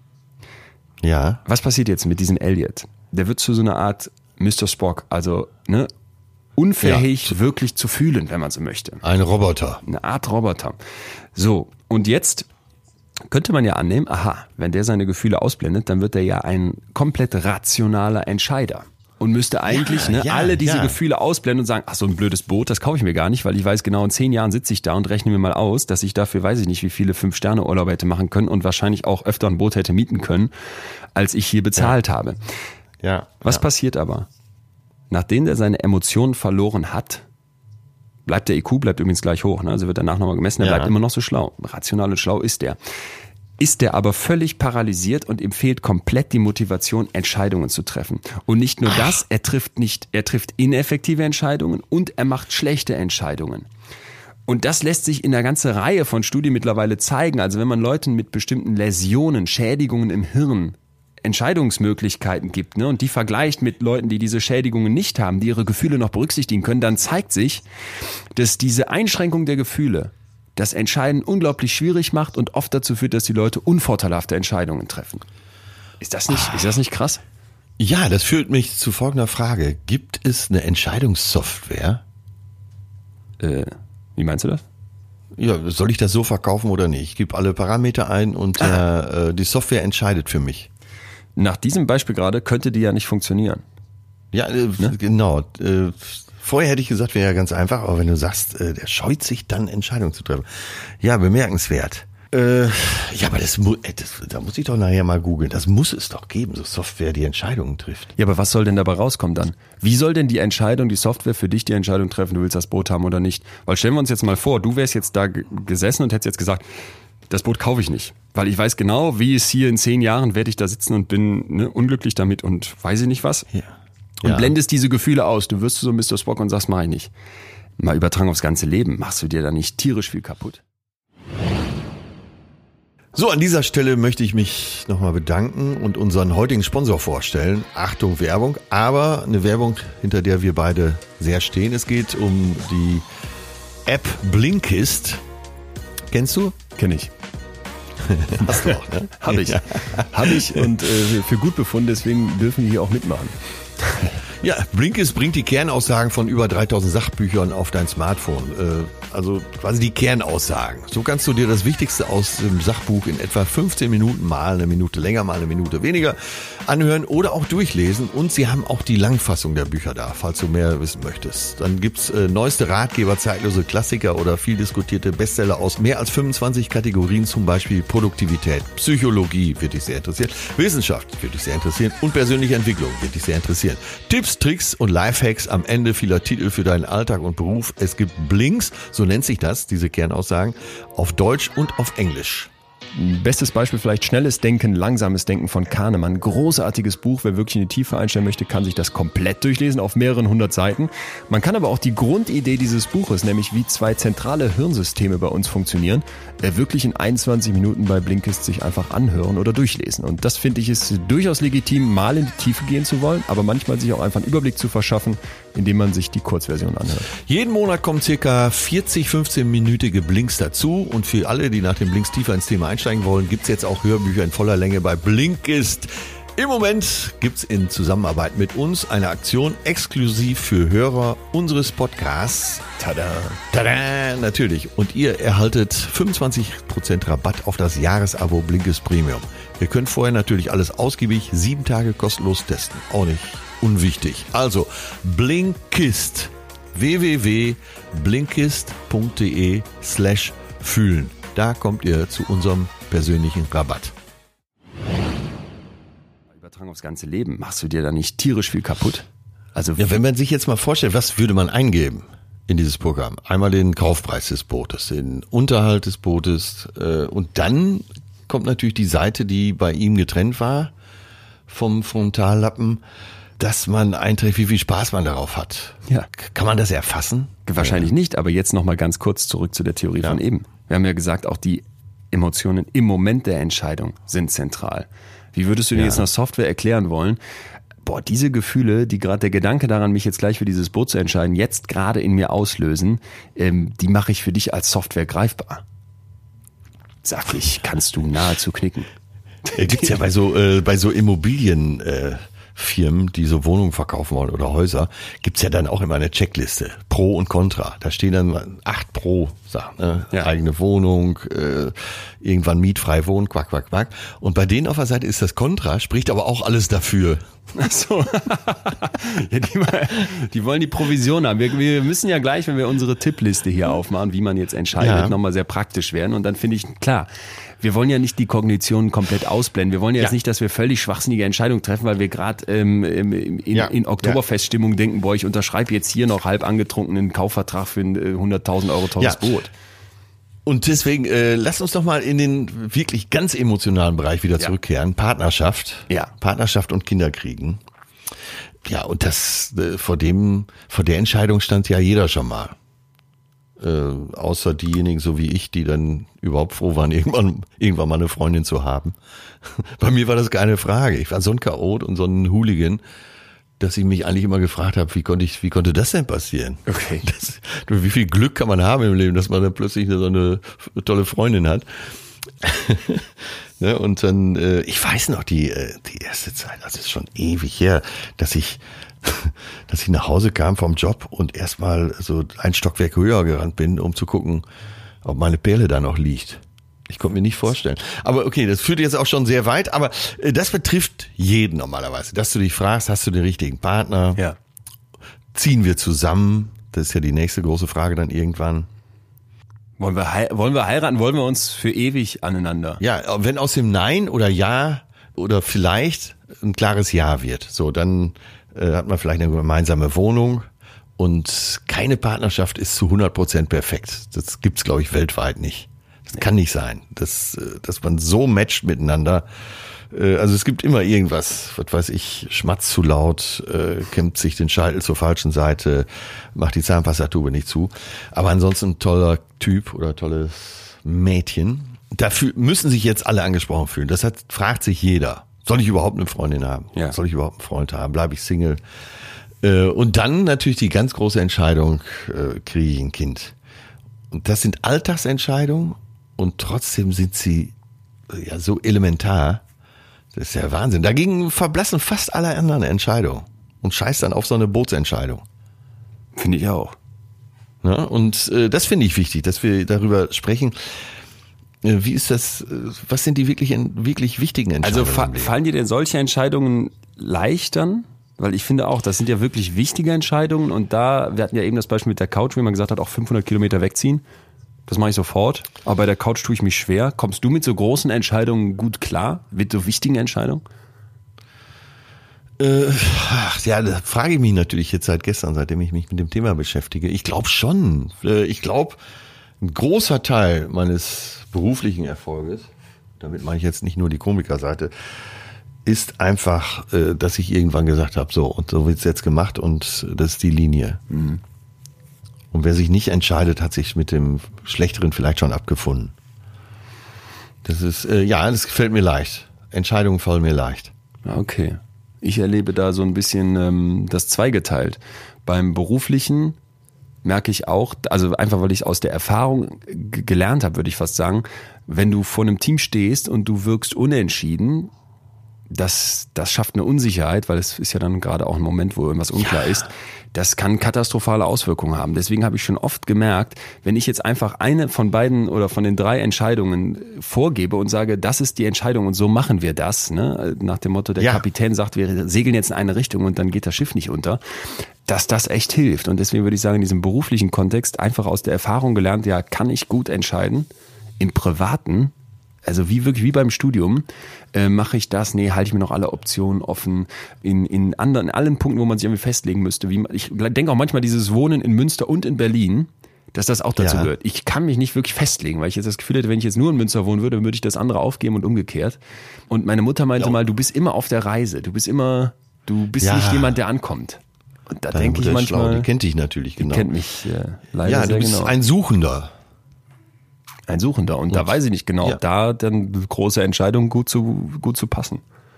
Ja. Was passiert jetzt mit diesem Elliot? Der wird zu so einer Art Mister Spock, also ne, unfähig Ja. wirklich zu fühlen, wenn man so möchte. Ein Roboter. Eine Art Roboter. So, und jetzt könnte man ja annehmen, aha, wenn der seine Gefühle ausblendet, dann wird er ja ein komplett rationaler Entscheider. Und müsste eigentlich Ja, ne, ja, alle diese ja. Gefühle ausblenden und sagen, ach so ein blödes Boot, das kaufe ich mir gar nicht, weil ich weiß genau, in zehn Jahren sitze ich da und rechne mir mal aus, dass ich dafür weiß ich nicht, wie viele Fünf-Sterne-Urlaube hätte machen können und wahrscheinlich auch öfter ein Boot hätte mieten können, als ich hier bezahlt habe. Ja. Was ja. passiert aber? Nachdem der seine Emotionen verloren hat, bleibt der I Q, bleibt übrigens gleich hoch, ne? Also wird danach nochmal gemessen, er Ja. bleibt immer noch so schlau. Rational und schlau ist der. Ist der aber völlig paralysiert und ihm fehlt komplett die Motivation, Entscheidungen zu treffen. Und nicht nur das, er trifft nicht, er trifft ineffektive Entscheidungen und er macht schlechte Entscheidungen. Und das lässt sich in einer ganzen Reihe von Studien mittlerweile zeigen. Also wenn man Leuten mit bestimmten Läsionen, Schädigungen im Hirn Entscheidungsmöglichkeiten gibt, ne, und die vergleicht mit Leuten, die diese Schädigungen nicht haben, die ihre Gefühle noch berücksichtigen können, dann zeigt sich, dass diese Einschränkung der Gefühle das Entscheiden unglaublich schwierig macht und oft dazu führt, dass die Leute unvorteilhafte Entscheidungen treffen. Ist das nicht, ist das nicht krass? Ja, das führt mich zu folgender Frage. Gibt es eine Entscheidungssoftware? Äh, wie meinst du das? Ja, soll ich das so verkaufen oder nicht? Ich gebe alle Parameter ein und äh, äh, die Software entscheidet für mich. Nach diesem Beispiel gerade könnte die ja nicht funktionieren. Ja, äh, genau. Äh, vorher hätte ich gesagt, wäre ja ganz einfach, aber wenn du sagst, äh, der scheut sich dann, Entscheidungen zu treffen. Ja, bemerkenswert. Äh, ja, aber das, mu- äh, das, da muss ich doch nachher mal googeln. Das muss es doch geben, so Software, die Entscheidungen trifft. Ja, aber was soll denn dabei rauskommen dann? Wie soll denn die Entscheidung, die Software für dich die Entscheidung treffen, du willst das Boot haben oder nicht? Weil stellen wir uns jetzt mal vor, du wärst jetzt da g- gesessen und hättest jetzt gesagt, das Boot kaufe ich nicht. Weil ich weiß genau, wie es hier in zehn Jahren werde ich da sitzen und bin ne, unglücklich damit und weiß ich nicht was. Ja. Und Ja. blendest diese Gefühle aus. Du wirst so ein Mister Spock und sagst, mach ich nicht. Mal übertragen aufs ganze Leben. Machst du dir da nicht tierisch viel kaputt? So, an dieser Stelle möchte ich mich nochmal bedanken und unseren heutigen Sponsor vorstellen. Achtung, Werbung, aber eine Werbung, hinter der wir beide sehr stehen. Es geht um die App Blinkist. Kennst du? Kenn ich. Hast du auch, ne? Hab ich. Hab ich und äh, für gut befunden, deswegen dürfen die hier auch mitmachen. Ja, Blinkist bringt die Kernaussagen von über dreitausend Sachbüchern auf dein Smartphone. Äh, also quasi die Kernaussagen. So kannst du dir das Wichtigste aus dem Sachbuch in etwa fünfzehn Minuten, mal eine Minute länger, mal eine Minute weniger anhören oder auch durchlesen. Und sie haben auch die Langfassung der Bücher da, falls du mehr wissen möchtest. Dann gibt's äh, neueste Ratgeber, zeitlose Klassiker oder viel diskutierte Bestseller aus mehr als fünfundzwanzig Kategorien, zum Beispiel Produktivität, Psychologie wird dich sehr interessieren, Wissenschaft wird dich sehr interessieren und persönliche Entwicklung wird dich sehr interessieren. Tipps, Tricks und Lifehacks am Ende vieler Titel für deinen Alltag und Beruf. Es gibt Blinks, so nennt sich das, diese Kernaussagen, auf Deutsch und auf Englisch. Bestes Beispiel vielleicht Schnelles Denken, Langsames Denken von Kahnemann. Großartiges Buch. Wer wirklich in die Tiefe einsteigen möchte, kann sich das komplett durchlesen auf mehreren hundert Seiten. Man kann aber auch die Grundidee dieses Buches, nämlich wie zwei zentrale Hirnsysteme bei uns funktionieren, wirklich in einundzwanzig Minuten bei Blinkist sich einfach anhören oder durchlesen. Und das finde ich ist durchaus legitim, mal in die Tiefe gehen zu wollen, aber manchmal sich auch einfach einen Überblick zu verschaffen, indem man sich die Kurzversion anhört. Jeden Monat kommen circa vierzig, fünfzehn-minütige Blinks dazu und für alle, die nach den Blinks tiefer ins Thema einsteigen wollen, gibt's jetzt auch Hörbücher in voller Länge bei Blinkist. Im Moment gibt's in Zusammenarbeit mit uns eine Aktion exklusiv für Hörer unseres Podcasts. Tada! Tada! Natürlich. Und ihr erhaltet fünfundzwanzig Prozent Rabatt auf das Jahresabo Blinkist Premium. Ihr könnt vorher natürlich alles ausgiebig sieben Tage kostenlos testen. Auch nicht unwichtig. Also Blinkist. w w w punkt blinkist punkt de slash fühlen. Da kommt ihr zu unserem persönlichen Rabatt. Übertragen aufs ganze Leben. Machst du dir da nicht tierisch viel kaputt? Also Ja, wenn man sich jetzt mal vorstellt, was würde man eingeben in dieses Programm? Einmal den Kaufpreis des Bootes, den Unterhalt des Bootes äh, und dann kommt natürlich die Seite, die bei ihm getrennt war vom Frontallappen, dass man einträgt, wie viel Spaß man darauf hat. Ja. Kann man das erfassen? Wahrscheinlich nicht, aber jetzt nochmal ganz kurz zurück zu der Theorie Ja. von eben. Wir haben ja gesagt, auch die Emotionen im Moment der Entscheidung sind zentral. Wie würdest du dir Ja. jetzt noch Software erklären wollen? Boah, diese Gefühle, die gerade der Gedanke daran, mich jetzt gleich für dieses Boot zu entscheiden, jetzt gerade in mir auslösen, ähm, die mache ich für dich als Software greifbar. Sag ich, kannst du nahezu knicken. Äh, Gibt's ja bei so äh, bei so Immobilien äh, Firmen, die so Wohnungen verkaufen wollen oder Häuser, gibt's ja dann auch immer eine Checkliste, Pro und Contra. Da stehen dann acht Pro Sachen, ne? Ja. Eigene Wohnung, äh, irgendwann mietfrei wohnen, quack, quack, quack. Und bei denen auf der Seite ist das Contra, spricht aber auch alles dafür. Ach so. Ja, die, die wollen die Provision haben. Wir, wir müssen ja gleich, wenn wir unsere Tippliste hier aufmachen, wie man jetzt entscheidet, Ja. nochmal sehr praktisch werden. Und dann finde ich, klar, wir wollen ja nicht die Kognition komplett ausblenden. Wir wollen ja jetzt Ja. nicht, dass wir völlig schwachsinnige Entscheidungen treffen, weil wir gerade ähm, in, Ja. in Oktoberfeststimmung denken, boah, ich unterschreibe jetzt hier noch halb angetrunkenen Kaufvertrag für ein äh, hunderttausend Euro teures Ja. Boot. Und deswegen, äh, lass uns doch mal in den wirklich ganz emotionalen Bereich wieder Ja. zurückkehren. Partnerschaft. Ja. Partnerschaft und Kinderkriegen. Ja, und das, äh, vor dem, vor der Entscheidung stand ja jeder schon mal. Äh, außer diejenigen, so wie ich, die dann überhaupt froh waren, irgendwann, irgendwann mal eine Freundin zu haben. Bei mir war das keine Frage. Ich war so ein Chaot und so ein Hooligan, dass ich mich eigentlich immer gefragt habe, wie konnte ich, wie konnte das denn passieren? Okay. Das, wie viel Glück kann man haben im Leben, dass man dann plötzlich so eine tolle Freundin hat. Ne, und dann, äh, ich weiß noch, die, äh, die erste Zeit, das ist schon ewig her, dass ich, dass ich nach Hause kam vom Job und erstmal so ein Stockwerk höher gerannt bin, um zu gucken, ob meine Perle da noch liegt. Ich konnte mir nicht vorstellen. Aber okay, das führt jetzt auch schon sehr weit, aber äh, das betrifft jeden normalerweise, dass du dich fragst, hast du den richtigen Partner? Ja. Ziehen wir zusammen? Das ist ja die nächste große Frage dann irgendwann. Wollen wir, hei- wollen wir heiraten? Wollen wir uns für ewig aneinander? Ja, wenn aus dem Nein oder Ja oder vielleicht ein klares Ja wird, so, dann äh, hat man vielleicht eine gemeinsame Wohnung und keine Partnerschaft ist zu hundert Prozent perfekt. Das gibt's, glaube ich, weltweit nicht. Das kann nicht sein, dass, äh, dass man so matcht miteinander. Äh, also es gibt immer irgendwas, was weiß ich, schmatzt zu laut, äh, kämmt sich den Scheitel zur falschen Seite, macht die Zahnpastatube nicht zu. Aber ansonsten ein toller Typ oder tolles Mädchen. Dafür müssen sich jetzt alle angesprochen fühlen. Das hat, fragt sich jeder. Soll ich überhaupt eine Freundin haben? Ja. Soll ich überhaupt einen Freund haben? Bleibe ich Single? Äh, und dann natürlich die ganz große Entscheidung, äh, kriege ich ein Kind? Und das sind Alltagsentscheidungen und trotzdem sind sie ja so elementar. Das ist ja Wahnsinn. Dagegen verblassen fast alle anderen Entscheidungen und scheißt dann auf so eine Bootsentscheidung. Finde ich auch. Ja, und äh, das finde ich wichtig, dass wir darüber sprechen. Äh, wie ist das, äh, was sind die wirklich, wirklich wichtigen Entscheidungen? Also fa- fallen dir denn solche Entscheidungen leicht dann? Weil ich finde auch, das sind ja wirklich wichtige Entscheidungen und da, wir hatten ja eben das Beispiel mit der Couch, wie man gesagt hat, auch fünfhundert Kilometer wegziehen. Das mache ich sofort, aber bei der Couch tue ich mich schwer. Kommst du mit so großen Entscheidungen gut klar, mit so wichtigen Entscheidungen? Äh, ach, ja, da frage ich mich natürlich jetzt seit gestern, seitdem ich mich mit dem Thema beschäftige. Ich glaube schon. Äh, ich glaube, ein großer Teil meines beruflichen Erfolges, damit meine ich jetzt nicht nur die Komikerseite, ist einfach, äh, dass ich irgendwann gesagt habe, so, und so wird's jetzt gemacht und das ist die Linie. Mhm. Und wer sich nicht entscheidet, hat sich mit dem Schlechteren vielleicht schon abgefunden. Das ist, äh, ja, das gefällt mir leicht. Entscheidungen fallen mir leicht. Okay. Ich erlebe da so ein bisschen ähm, das zweigeteilt. Beim Beruflichen merke ich auch, also einfach weil ich aus der Erfahrung g- gelernt habe, würde ich fast sagen, wenn du vor einem Team stehst und du wirkst unentschieden, das, das schafft eine Unsicherheit, weil es ist ja dann gerade auch ein Moment, wo irgendwas unklar ja. ist. Das kann katastrophale Auswirkungen haben. Deswegen habe ich schon oft gemerkt, wenn ich jetzt einfach eine von beiden oder von den drei Entscheidungen vorgebe und sage, das ist die Entscheidung und so machen wir das, ne? Nach dem Motto, der ja. Kapitän sagt, wir segeln jetzt in eine Richtung und dann geht das Schiff nicht unter, dass das echt hilft. Und deswegen würde ich sagen, in diesem beruflichen Kontext einfach aus der Erfahrung gelernt, ja, kann ich gut entscheiden. Im Privaten, also wie wirklich wie beim Studium, äh, mache ich das? Nee, halte ich mir noch alle Optionen offen. In in anderen, in allen Punkten, wo man sich irgendwie festlegen müsste. Wie ich denke auch manchmal dieses Wohnen in Münster und in Berlin, dass das auch dazu ja. gehört. Ich kann mich nicht wirklich festlegen, weil ich jetzt das Gefühl hätte, wenn ich jetzt nur in Münster wohnen würde, würde ich das andere aufgeben und umgekehrt. Und meine Mutter meinte ja. mal, du bist immer auf der Reise. Du bist immer, du bist ja. nicht jemand, der ankommt. Und da Deine denke ich Mutter manchmal, ist schlau, die kennt dich natürlich genau. Die kennt mich äh, leider ja, sehr du bist genau. ein Suchender. Ein Suchender. Und, und da weiß ich nicht genau, ja. ob da dann große Entscheidungen gut zu, gut zu passen.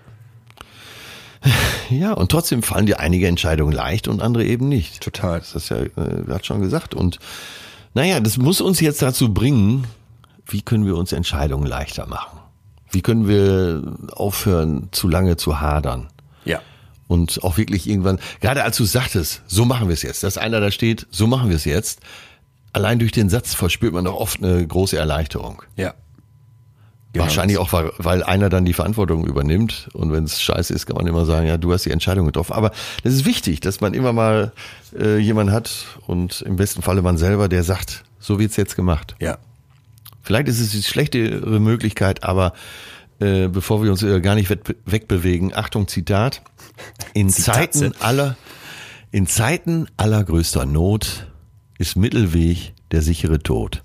Ja, und trotzdem fallen dir einige Entscheidungen leicht und andere eben nicht. Total. Das ist ja äh, gerade schon gesagt. Und naja, das muss uns jetzt dazu bringen, wie können wir uns Entscheidungen leichter machen? Wie können wir aufhören, zu lange zu hadern? Ja. Und auch wirklich irgendwann, gerade als du sagtest, so machen wir es jetzt, dass einer da steht, so machen wir es jetzt, allein durch den Satz verspürt man doch oft eine große Erleichterung. Ja. Genau. Wahrscheinlich auch, weil, weil einer dann die Verantwortung übernimmt. Und wenn es scheiße ist, kann man immer sagen, ja, du hast die Entscheidung getroffen. Aber das ist wichtig, dass man immer mal äh, jemanden hat und im besten Falle man selber, der sagt, so wird's jetzt gemacht. Ja. Vielleicht ist es die schlechtere Möglichkeit, aber äh, bevor wir uns äh, gar nicht we- wegbewegen, Achtung, Zitat. In Zeiten aller, in Zeiten allergrößter Not ist Mittelweg der sichere Tod.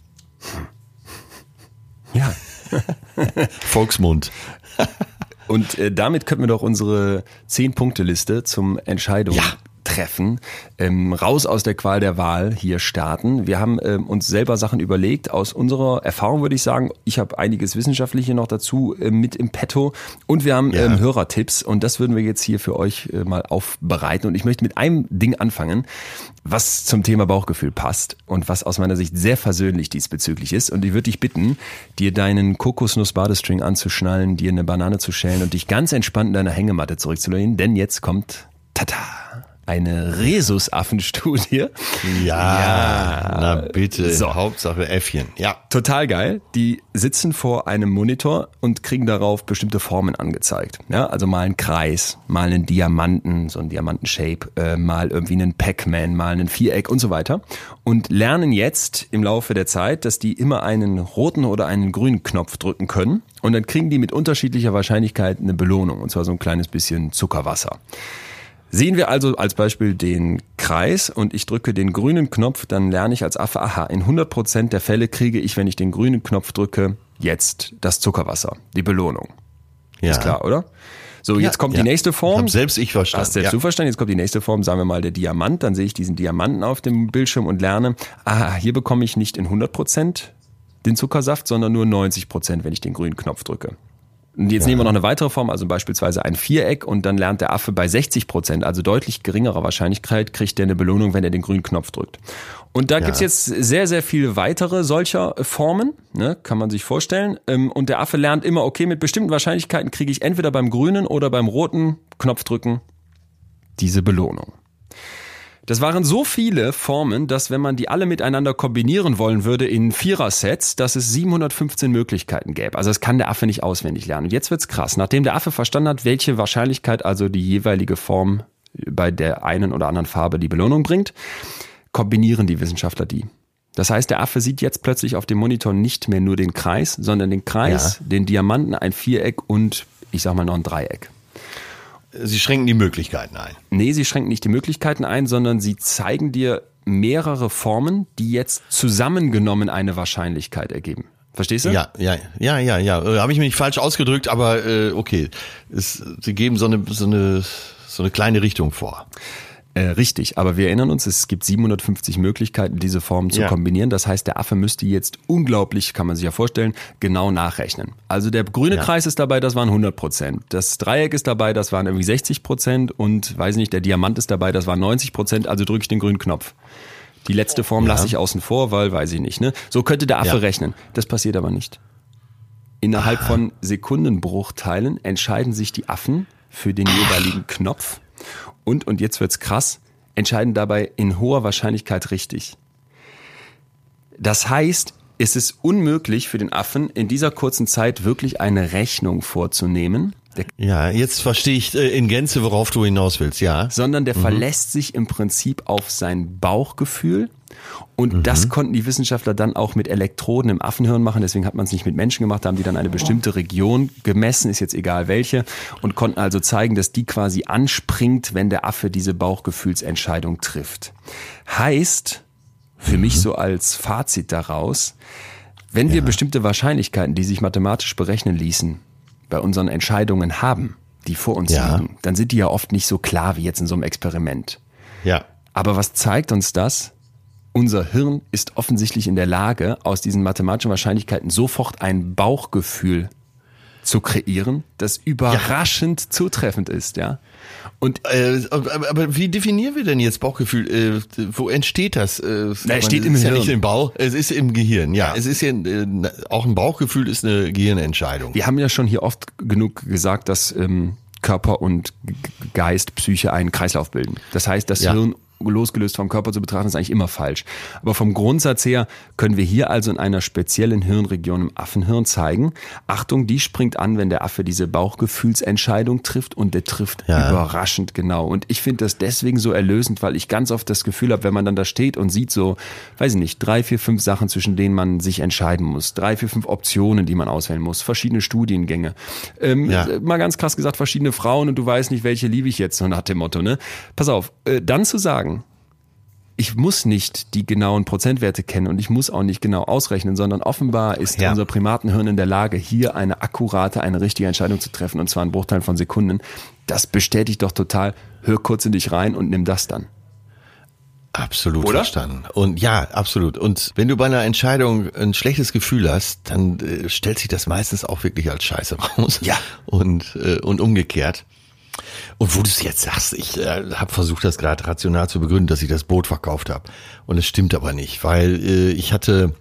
Ja. Volksmund. Und äh, damit könnten wir doch unsere zehn-Punkte-Liste zum Entscheidungen ja. treffen, ähm, raus aus der Qual der Wahl hier starten. Wir haben ähm, uns selber Sachen überlegt, aus unserer Erfahrung würde ich sagen, ich habe einiges Wissenschaftliche noch dazu äh, mit im Petto und wir haben ja. ähm, Hörertipps und das würden wir jetzt hier für euch äh, mal aufbereiten und ich möchte mit einem Ding anfangen, was zum Thema Bauchgefühl passt und was aus meiner Sicht sehr versöhnlich diesbezüglich ist und ich würde dich bitten, dir deinen Kokosnuss-Badestring anzuschnallen, dir eine Banane zu schälen und dich ganz entspannt in deiner Hängematte zurückzulehnen, denn jetzt kommt Tata! Eine Rhesusaffenstudie. Ja, ja, na bitte, so. Hauptsache Äffchen. Ja, total geil. Die sitzen vor einem Monitor und kriegen darauf bestimmte Formen angezeigt. Ja, also mal einen Kreis, mal einen Diamanten, so einen Diamanten-Shape, äh, mal irgendwie einen Pac-Man, mal einen Viereck und so weiter. Und lernen jetzt im Laufe der Zeit, dass die immer einen roten oder einen grünen Knopf drücken können. Und dann kriegen die mit unterschiedlicher Wahrscheinlichkeit eine Belohnung. Und zwar so ein kleines bisschen Zuckerwasser. Sehen wir also als Beispiel den Kreis und ich drücke den grünen Knopf, dann lerne ich als Affe, aha, in hundert Prozent der Fälle kriege ich, wenn ich den grünen Knopf drücke, jetzt das Zuckerwasser, die Belohnung. Ja. Ist klar, oder? So, ja, jetzt kommt ja. die nächste Form. Hab selbst ich verstanden. Hast selbst ja. du verstanden? Jetzt kommt die nächste Form, sagen wir mal der Diamant, dann sehe ich diesen Diamanten auf dem Bildschirm und lerne, aha, hier bekomme ich nicht in hundert Prozent den Zuckersaft, sondern nur neunzig Prozent, wenn ich den grünen Knopf drücke. Und jetzt Ja. nehmen wir noch eine weitere Form, also beispielsweise ein Viereck, und dann lernt der Affe bei sechzig Prozent, also deutlich geringerer Wahrscheinlichkeit, kriegt er eine Belohnung, wenn er den grünen Knopf drückt. Und da Ja. gibt's jetzt sehr, sehr viele weitere solcher Formen, ne, kann man sich vorstellen. Und der Affe lernt immer, okay, mit bestimmten Wahrscheinlichkeiten kriege ich entweder beim grünen oder beim roten Knopfdrücken diese Belohnung. Das waren so viele Formen, dass wenn man die alle miteinander kombinieren wollen würde in Vierer-Sets, dass es siebenhundertfünfzehn Möglichkeiten gäbe. Also das kann der Affe nicht auswendig lernen. Und jetzt wird's krass. Nachdem der Affe verstanden hat, welche Wahrscheinlichkeit also die jeweilige Form bei der einen oder anderen Farbe die Belohnung bringt, kombinieren die Wissenschaftler die. Das heißt, der Affe sieht jetzt plötzlich auf dem Monitor nicht mehr nur den Kreis, sondern den Kreis, Ja. den Diamanten, ein Viereck und ich sag mal noch ein Dreieck. Sie schränken die Möglichkeiten ein. Nee, sie schränken nicht die Möglichkeiten ein, sondern sie zeigen dir mehrere Formen, die jetzt zusammengenommen eine Wahrscheinlichkeit ergeben. Verstehst du? Ja, ja, ja, ja, ja. Äh, Habe ich mich nicht falsch ausgedrückt, aber äh, okay. Es, sie geben so eine, so eine, so eine kleine Richtung vor. Äh, richtig, aber wir erinnern uns, es gibt siebenhundertfünfzig Möglichkeiten, diese Formen zu Ja. kombinieren. Das heißt, der Affe müsste jetzt unglaublich, kann man sich ja vorstellen, genau nachrechnen. Also der grüne Ja. Kreis ist dabei, das waren hundert Prozent. Das Dreieck ist dabei, das waren irgendwie sechzig Prozent. Und weiß nicht, der Diamant ist dabei, das waren neunzig Prozent. Also drücke ich den grünen Knopf. Die letzte Form Ja. lasse ich außen vor, weil weiß ich nicht. Ne? So könnte der Affe Ja. rechnen. Das passiert aber nicht. Innerhalb von Sekundenbruchteilen entscheiden sich die Affen für den jeweiligen Knopf. Und, und jetzt wird's krass, entscheiden dabei in hoher Wahrscheinlichkeit richtig. Das heißt, es ist unmöglich für den Affen in dieser kurzen Zeit wirklich eine Rechnung vorzunehmen, der, Ja, jetzt verstehe ich äh, in Gänze, worauf du hinaus willst, ja. sondern der verlässt sich im Prinzip auf sein Bauchgefühl. Und das konnten die Wissenschaftler dann auch mit Elektroden im Affenhirn machen. Deswegen hat man es nicht mit Menschen gemacht. Da haben die dann eine bestimmte Region gemessen, ist jetzt egal welche, und konnten also zeigen, dass die quasi anspringt, wenn der Affe diese Bauchgefühlsentscheidung trifft. Heißt, für mich so als Fazit daraus, wenn wir bestimmte Wahrscheinlichkeiten, die sich mathematisch berechnen ließen, bei unseren Entscheidungen haben, die vor uns Ja. liegen, dann sind die ja oft nicht so klar wie jetzt in so einem Experiment. Ja. Aber was zeigt uns das? Unser Hirn ist offensichtlich in der Lage, aus diesen mathematischen Wahrscheinlichkeiten sofort ein Bauchgefühl zu kreieren, das überraschend zutreffend ist, ja. Und Äh, aber, aber wie definieren wir denn jetzt Bauchgefühl? Äh, wo entsteht das? Äh, Na, es steht es im ist Hirn. ja nicht im Bauch, es ist im Gehirn. Ja, Ja. es ist ja äh, auch ein Bauchgefühl ist eine Gehirnentscheidung. wir haben ja schon hier oft genug gesagt, dass ähm, Körper und G- Geist, Psyche einen Kreislauf bilden. Das heißt, das Ja. Hirn losgelöst vom Körper zu betrachten, ist eigentlich immer falsch. Aber vom Grundsatz her können wir hier also in einer speziellen Hirnregion im Affenhirn zeigen, Achtung, die springt an, wenn der Affe diese Bauchgefühlsentscheidung trifft, und der trifft Ja. überraschend genau. Und ich finde das deswegen so erlösend, weil ich ganz oft das Gefühl habe, wenn man dann da steht und sieht so, weiß ich nicht, drei, vier, fünf Sachen, zwischen denen man sich entscheiden muss, drei, vier, fünf Optionen, die man auswählen muss, verschiedene Studiengänge, ähm, Ja. mal ganz krass gesagt, verschiedene Frauen, und du weißt nicht, welche liebe ich jetzt, so nach dem Motto, ne? Pass auf, äh, dann zu sagen, ich muss nicht die genauen Prozentwerte kennen und ich muss auch nicht genau ausrechnen, sondern offenbar ist Ja. unser Primatenhirn in der Lage, hier eine akkurate, eine richtige Entscheidung zu treffen, und zwar in Bruchteilen von Sekunden. Das bestätigt doch total, hör kurz in dich rein und nimm das dann. Absolut Oder? verstanden. Und ja, absolut. Und wenn du bei einer Entscheidung ein schlechtes Gefühl hast, dann äh, stellt sich das meistens auch wirklich als Scheiße raus. Ja. Und, äh, und umgekehrt. Und wo du es jetzt sagst, ich äh, habe versucht, das gerade rational zu begründen, dass ich das Boot verkauft habe. Und es stimmt aber nicht, weil äh, ich hatte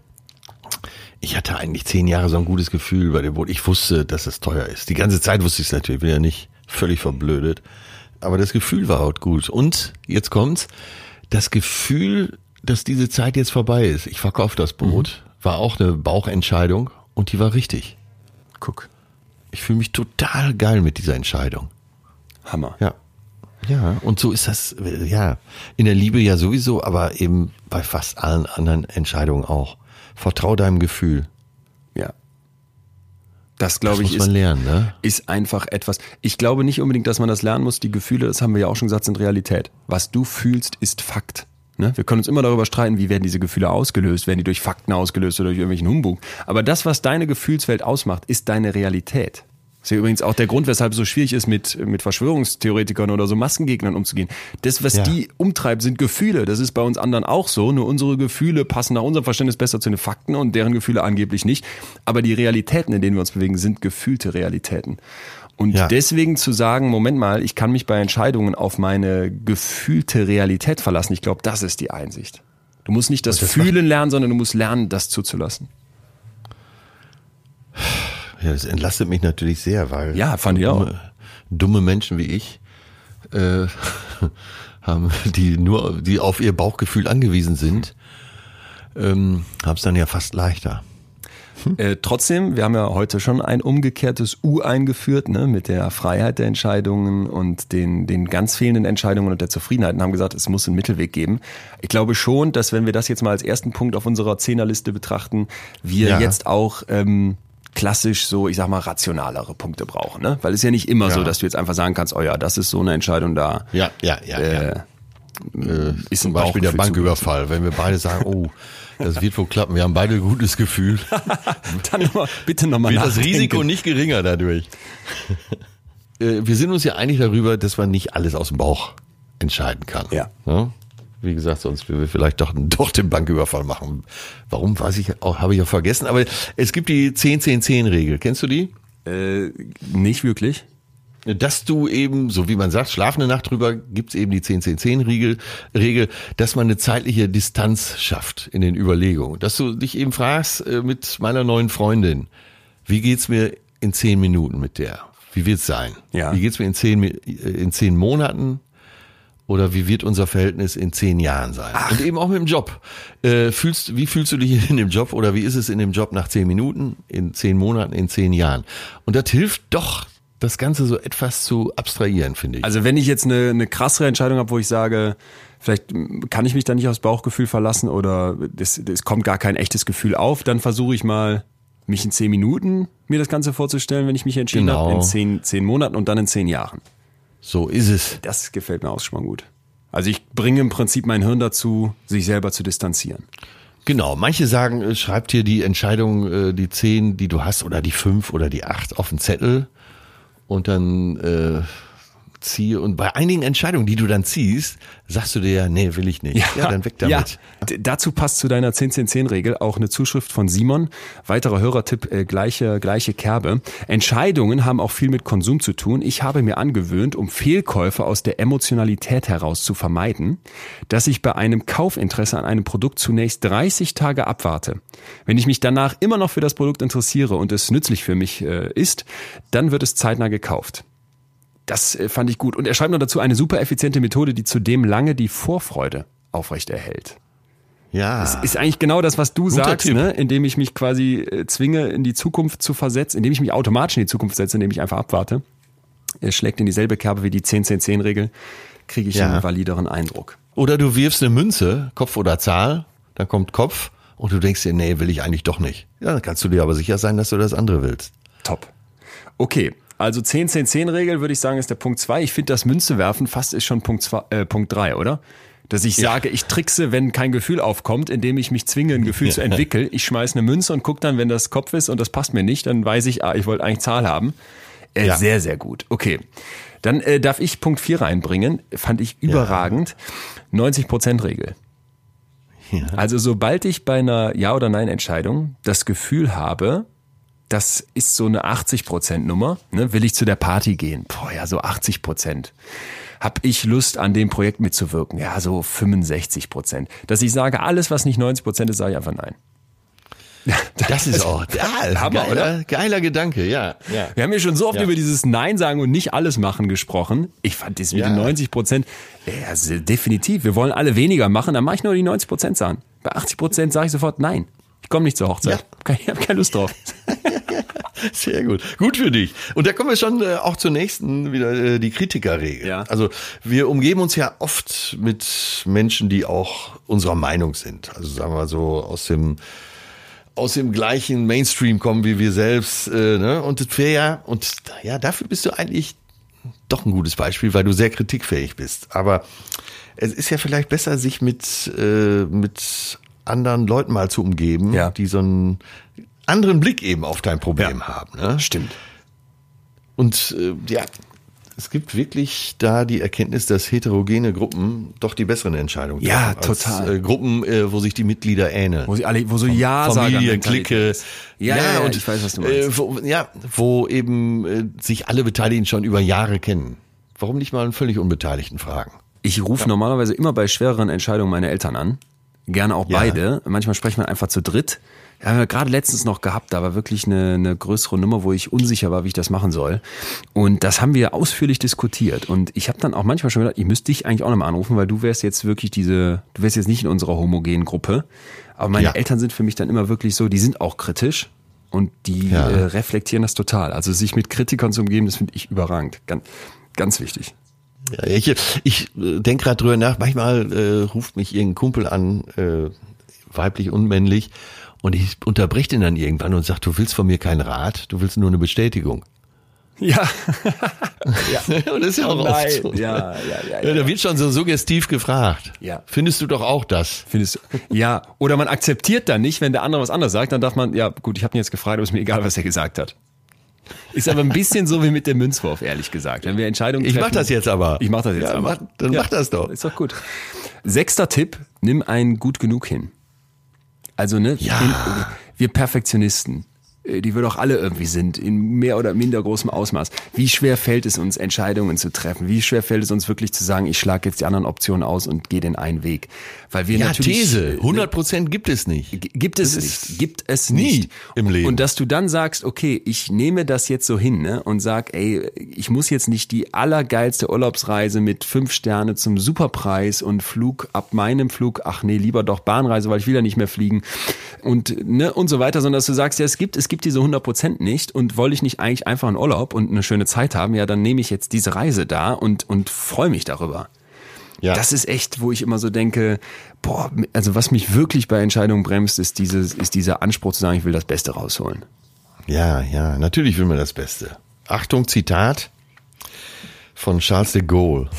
ich hatte eigentlich zehn Jahre so ein gutes Gefühl bei dem Boot. Ich wusste, dass es teuer ist. Die ganze Zeit wusste ich es natürlich, bin ja nicht völlig verblödet. Aber das Gefühl war halt gut. Und jetzt kommt's, das Gefühl, dass diese Zeit jetzt vorbei ist. Ich verkaufe das Boot, war auch eine Bauchentscheidung und die war richtig. Guck, Ich fühle mich total geil mit dieser Entscheidung. Hammer. Ja. Ja, und so ist das, äh, ja, in der Liebe ja sowieso, aber eben bei fast allen anderen Entscheidungen auch. Vertrau deinem Gefühl. Ja. Das, glaube Das ich, muss man ist, lernen, ne? ist einfach etwas. Ich glaube nicht unbedingt, dass man das lernen muss. Die Gefühle, das haben wir ja auch schon gesagt, sind Realität. Was du fühlst, ist Fakt. Ne? Wir können uns immer darüber streiten, wie werden diese Gefühle ausgelöst. Werden die durch Fakten ausgelöst oder durch irgendwelchen Humbug? Aber das, was deine Gefühlswelt ausmacht, ist deine Realität. Das ist ja übrigens auch der Grund, weshalb es so schwierig ist, mit, mit Verschwörungstheoretikern oder so Maskengegnern umzugehen. Das, was Ja. die umtreibt, sind Gefühle. Das ist bei uns anderen auch so. Nur unsere Gefühle passen nach unserem Verständnis besser zu den Fakten und deren Gefühle angeblich nicht. Aber die Realitäten, in denen wir uns bewegen, sind gefühlte Realitäten. Und Ja. deswegen zu sagen, Moment mal, ich kann mich bei Entscheidungen auf meine gefühlte Realität verlassen, ich glaube, das ist die Einsicht. Du musst nicht das, das Fühlen lernen, sondern du musst lernen, das zuzulassen. Ja, das entlastet mich natürlich sehr, weil Ja, fand ich auch. dumme, dumme Menschen wie ich äh, haben, die nur, die auf ihr Bauchgefühl angewiesen sind, ähm, haben es dann ja fast leichter. Äh, trotzdem, wir haben ja heute schon ein umgekehrtes U eingeführt, ne, mit der Freiheit der Entscheidungen und den, den ganz fehlenden Entscheidungen und der Zufriedenheit und haben gesagt, es muss einen Mittelweg geben. Ich glaube schon, dass wenn wir das jetzt mal als ersten Punkt auf unserer Zehnerliste betrachten, wir Ja. jetzt auch ähm, klassisch so, ich sag mal, rationalere Punkte brauchen, ne? Weil es ist ja nicht immer Ja. so, dass du jetzt einfach sagen kannst, oh ja, das ist so eine Entscheidung da. Ja, ja, ja. Äh, ja. Äh, ist zum ein Beispiel der Bauchgefühl Banküberfall, wenn wir beide sagen, oh, das wird wohl klappen, wir haben beide ein gutes Gefühl, Dann noch mal, bitte nochmal wird das nachdenken. Risiko nicht geringer dadurch. Äh, wir sind uns ja einig darüber, dass man nicht alles aus dem Bauch entscheiden kann. Ja. Ja? Wie gesagt, sonst würden wir vielleicht doch, doch den Banküberfall machen. Warum, weiß ich auch, habe ich ja vergessen. Aber es gibt die zehn zehn zehn Regel. Kennst du die? Äh, nicht wirklich. Dass du eben, so wie man sagt, schlaf eine Nacht drüber, gibt's eben die zehn zehn zehn Regel, Regel, dass man eine zeitliche Distanz schafft in den Überlegungen. Dass du dich eben fragst, äh, mit meiner neuen Freundin, wie geht's mir in zehn Minuten mit der? Wie wird's sein? Ja. Wie geht's mir in zehn, in zehn Monaten? Oder wie wird unser Verhältnis in zehn Jahren sein? Ach. Und eben auch mit dem Job. Äh, fühlst, wie fühlst du dich in dem Job oder wie ist es in dem Job nach zehn Minuten, in zehn Monaten, in zehn Jahren? Und das hilft doch, das Ganze so etwas zu abstrahieren, finde ich. Also wenn ich jetzt eine, eine krassere Entscheidung habe, wo ich sage, vielleicht kann ich mich da nicht aufs Bauchgefühl verlassen oder es, es kommt gar kein echtes Gefühl auf, dann versuche ich mal, mich in zehn Minuten mir das Ganze vorzustellen, wenn ich mich entschieden Genau. habe, in zehn, zehn Monaten und dann in zehn Jahren. So ist es. Das gefällt mir auch schon mal gut. Also ich bringe im Prinzip mein Hirn dazu, sich selber zu distanzieren. Genau, manche sagen, äh, schreib dir die Entscheidung, äh, die zehn, die du hast, oder die fünf oder die acht auf den Zettel und dann äh, ziehe. Und bei einigen Entscheidungen, die du dann ziehst, sagst du dir ja, nee, will ich nicht. Ja, dann weg damit. Ja. D- Dazu passt zu deiner zehn zehn zehn Regel auch eine Zuschrift von Simon. Weiterer Hörertipp, äh, gleiche, gleiche Kerbe. Entscheidungen haben auch viel mit Konsum zu tun. Ich habe mir angewöhnt, um Fehlkäufe aus der Emotionalität heraus zu vermeiden, dass ich bei einem Kaufinteresse an einem Produkt zunächst dreißig Tage abwarte. Wenn ich mich danach immer noch für das Produkt interessiere und es nützlich für mich äh, ist, dann wird es zeitnah gekauft. Das äh, fand ich gut. Und er schreibt noch dazu eine super effiziente Methode, die zudem lange die Vorfreude aufrechterhält. Ja. Das ist eigentlich genau das, was du Guter sagst, Tipp. ne? Indem ich mich quasi äh, zwinge, in die Zukunft zu versetzen, indem ich mich automatisch in die Zukunft setze, indem ich einfach abwarte. Er schlägt in dieselbe Kerbe wie die zehn zehn zehn Regel, kriege ich Ja. einen valideren Eindruck. Oder du wirfst eine Münze, Kopf oder Zahl, dann kommt Kopf und du denkst dir, nee, will ich eigentlich doch nicht. Ja, dann kannst du dir aber sicher sein, dass du das andere willst. Top. Okay, also zehn zehn zehn Regel würde ich sagen, ist der Punkt zwei. Ich finde das Münze werfen fast ist schon Punkt zwei, äh, Punkt drei, oder? Dass ich Ja. sage, ich trickse, wenn kein Gefühl aufkommt, indem ich mich zwinge, ein Gefühl zu entwickeln. Ich schmeiß eine Münze und gucke dann, wenn das Kopf ist und das passt mir nicht, dann weiß ich, ah, ich wollte eigentlich Zahl haben. Äh, Ja. Sehr, sehr gut. Okay. Dann äh, darf ich Punkt vier reinbringen. Fand ich überragend. neunzig Prozent Regel. Ja. Also sobald ich bei einer Ja- oder Nein-Entscheidung das Gefühl habe, das ist so eine achtzig Prozent Nummer, ne, will ich zu der Party gehen? Boah, ja, so achtzig Prozent. Hab ich Lust, an dem Projekt mitzuwirken? Ja, so fünfundsechzig Prozent. Dass ich sage, alles, was nicht neunzig Prozent ist, sage ich einfach nein. Das ist auch ja, Hammer, geiler, oder? geiler Gedanke, ja. ja. Wir haben ja schon so oft Ja. über dieses Nein sagen und nicht alles machen gesprochen. Ich fand das mit Ja. den neunzig Prozent, ja, also definitiv. Wir wollen alle weniger machen, dann mache ich nur die neunzig Prozent sagen. Bei achtzig Prozent sage ich sofort nein. Ich komme nicht zur Hochzeit. Ja. Ich habe keine Lust drauf. Sehr gut. Gut für dich. Und da kommen wir schon äh, auch zur nächsten, wieder äh, die Kritikerregel. Ja. Also wir umgeben uns ja oft mit Menschen, die auch unserer Meinung sind. Also sagen wir mal so aus dem aus dem gleichen Mainstream kommen wie wir selbst. Äh, ne? Und das wäre ja, und ja, dafür bist du eigentlich doch ein gutes Beispiel, weil du sehr kritikfähig bist. Aber es ist ja vielleicht besser, sich mit, äh, mit anderen Leuten mal zu umgeben, Ja. die so einen anderen Blick eben auf dein Problem Ja. haben. Ne? Stimmt. Und äh, ja, es gibt wirklich da die Erkenntnis, dass heterogene Gruppen doch die besseren Entscheidungen treffen. Ja, als, total. Äh, Gruppen, äh, wo sich die Mitglieder ähneln. Wo sie alle, wo so Ja sagen. Familie, Clique. Ja, ja, ja, und ich weiß, was du meinst. Äh, wo, ja, wo eben äh, sich alle Beteiligten schon über Jahre kennen. Warum nicht mal einen völlig Unbeteiligten fragen? Ich rufe ja. normalerweise immer bei schwereren Entscheidungen meine Eltern an. Gerne auch Ja. beide. Manchmal sprechen wir einfach zu dritt. Haben wir gerade letztens noch gehabt, da war wirklich eine, eine größere Nummer, wo ich unsicher war, wie ich das machen soll. Und das haben wir ausführlich diskutiert. Und ich habe dann auch manchmal schon gedacht, ich müsste dich eigentlich auch nochmal anrufen, weil du wärst jetzt wirklich diese, du wärst jetzt nicht in unserer homogenen Gruppe. Aber meine Ja. Eltern sind für mich dann immer wirklich so, die sind auch kritisch und die Ja. äh, reflektieren das total. Also sich mit Kritikern zu umgeben, das finde ich überragend. Ganz, ganz wichtig. Ja, ich ich äh, denke gerade drüber nach, manchmal äh, ruft mich irgendein Kumpel an, äh, weiblich und männlich, und ich unterbreche den dann irgendwann und sage, du willst von mir keinen Rat, du willst nur eine Bestätigung. Ja. Und das ist ja auch oft so. Ja, ja, ja, Ja, da wird schon so suggestiv gefragt. Ja. Findest du doch auch das? Findest du? Ja, oder man akzeptiert dann nicht, wenn der andere was anderes sagt, dann darf man, ja gut, ich habe ihn jetzt gefragt, aber ist mir egal, was er gesagt hat. Ist aber ein bisschen so wie mit dem Münzwurf, ehrlich gesagt. Wenn wir Entscheidungen Ich treffen, mach das jetzt aber. Ich mach das jetzt Ja, aber. mach- dann mach das doch. Ist doch gut. Sechster Tipp, nimm einen gut genug hin. Also, ne, Ja. in, wir Perfektionisten, äh, die wir doch alle irgendwie sind, in mehr oder minder großem Ausmaß. Wie schwer fällt es uns, Entscheidungen zu treffen? Wie schwer fällt es uns wirklich zu sagen, ich schlage jetzt die anderen Optionen aus und gehe den einen Weg? Weil wir Ja, natürlich These. äh, hundert Prozent gibt es nicht. G- Gibt es Das nicht. ist Gibt es nie nicht. im Leben. Und dass du dann sagst, okay, ich nehme das jetzt so hin, ne, und sag, ey, ich muss jetzt nicht die allergeilste Urlaubsreise mit fünf Sterne zum Superpreis und Flug ab meinem Flug, ach nee, lieber doch Bahnreise, weil ich will ja nicht mehr fliegen und, ne, und so weiter, sondern dass du sagst, ja, es gibt, es gibt diese hundert Prozent nicht und wollte ich nicht eigentlich einfach einen Urlaub und eine schöne Zeit haben, ja, dann nehme ich jetzt diese Reise da und, und freue mich darüber. Ja. Das ist echt, wo ich immer so denke, boah, also was mich wirklich bei Entscheidungen bremst, ist dieses, ist dieser Anspruch zu sagen, ich will das Beste rausholen. Ja, ja, natürlich will man das Beste. Achtung, Zitat von Charles de Gaulle.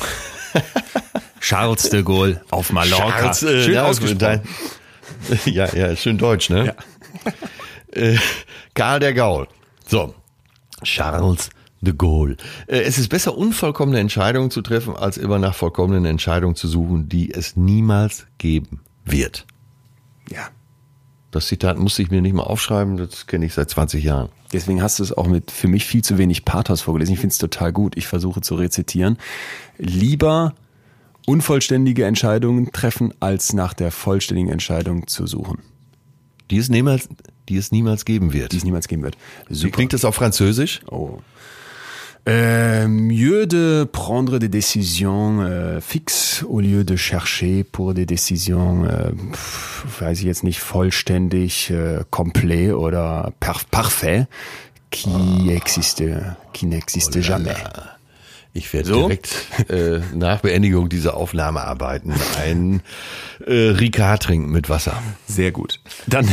Charles de Gaulle auf Mallorca. Charles, äh, Schön ja, ausgesprochen. dein- ja, ja, schön deutsch, ne? Ja. Äh, Karl der Gaul. So, Charles de Gaulle. Äh, es ist besser, unvollkommene Entscheidungen zu treffen, als immer nach vollkommenen Entscheidungen zu suchen, die es niemals geben wird. Ja. Das Zitat musste ich mir nicht mal aufschreiben, das kenne ich seit zwanzig Jahren. Deswegen hast du es auch mit für mich viel zu wenig Pathos vorgelesen. Ich finde es total gut. Ich versuche zu rezitieren. Lieber unvollständige Entscheidungen treffen, als nach der vollständigen Entscheidung zu suchen, Die es niemals, die es niemals geben wird. die es niemals geben wird. Wie Super. klingt das auf Französisch? Oh. Euh, mieux de prendre des décisions euh, fixes au lieu de chercher pour des décisions, äh, pf, weiß ich jetzt nicht, vollständig, äh, complet oder per parfait, qui existe, qui n'existe jamais. Ich werde So? direkt äh, nach Beendigung dieser Aufnahmearbeiten ein äh, Ricard trinken mit Wasser. Sehr gut. Dann,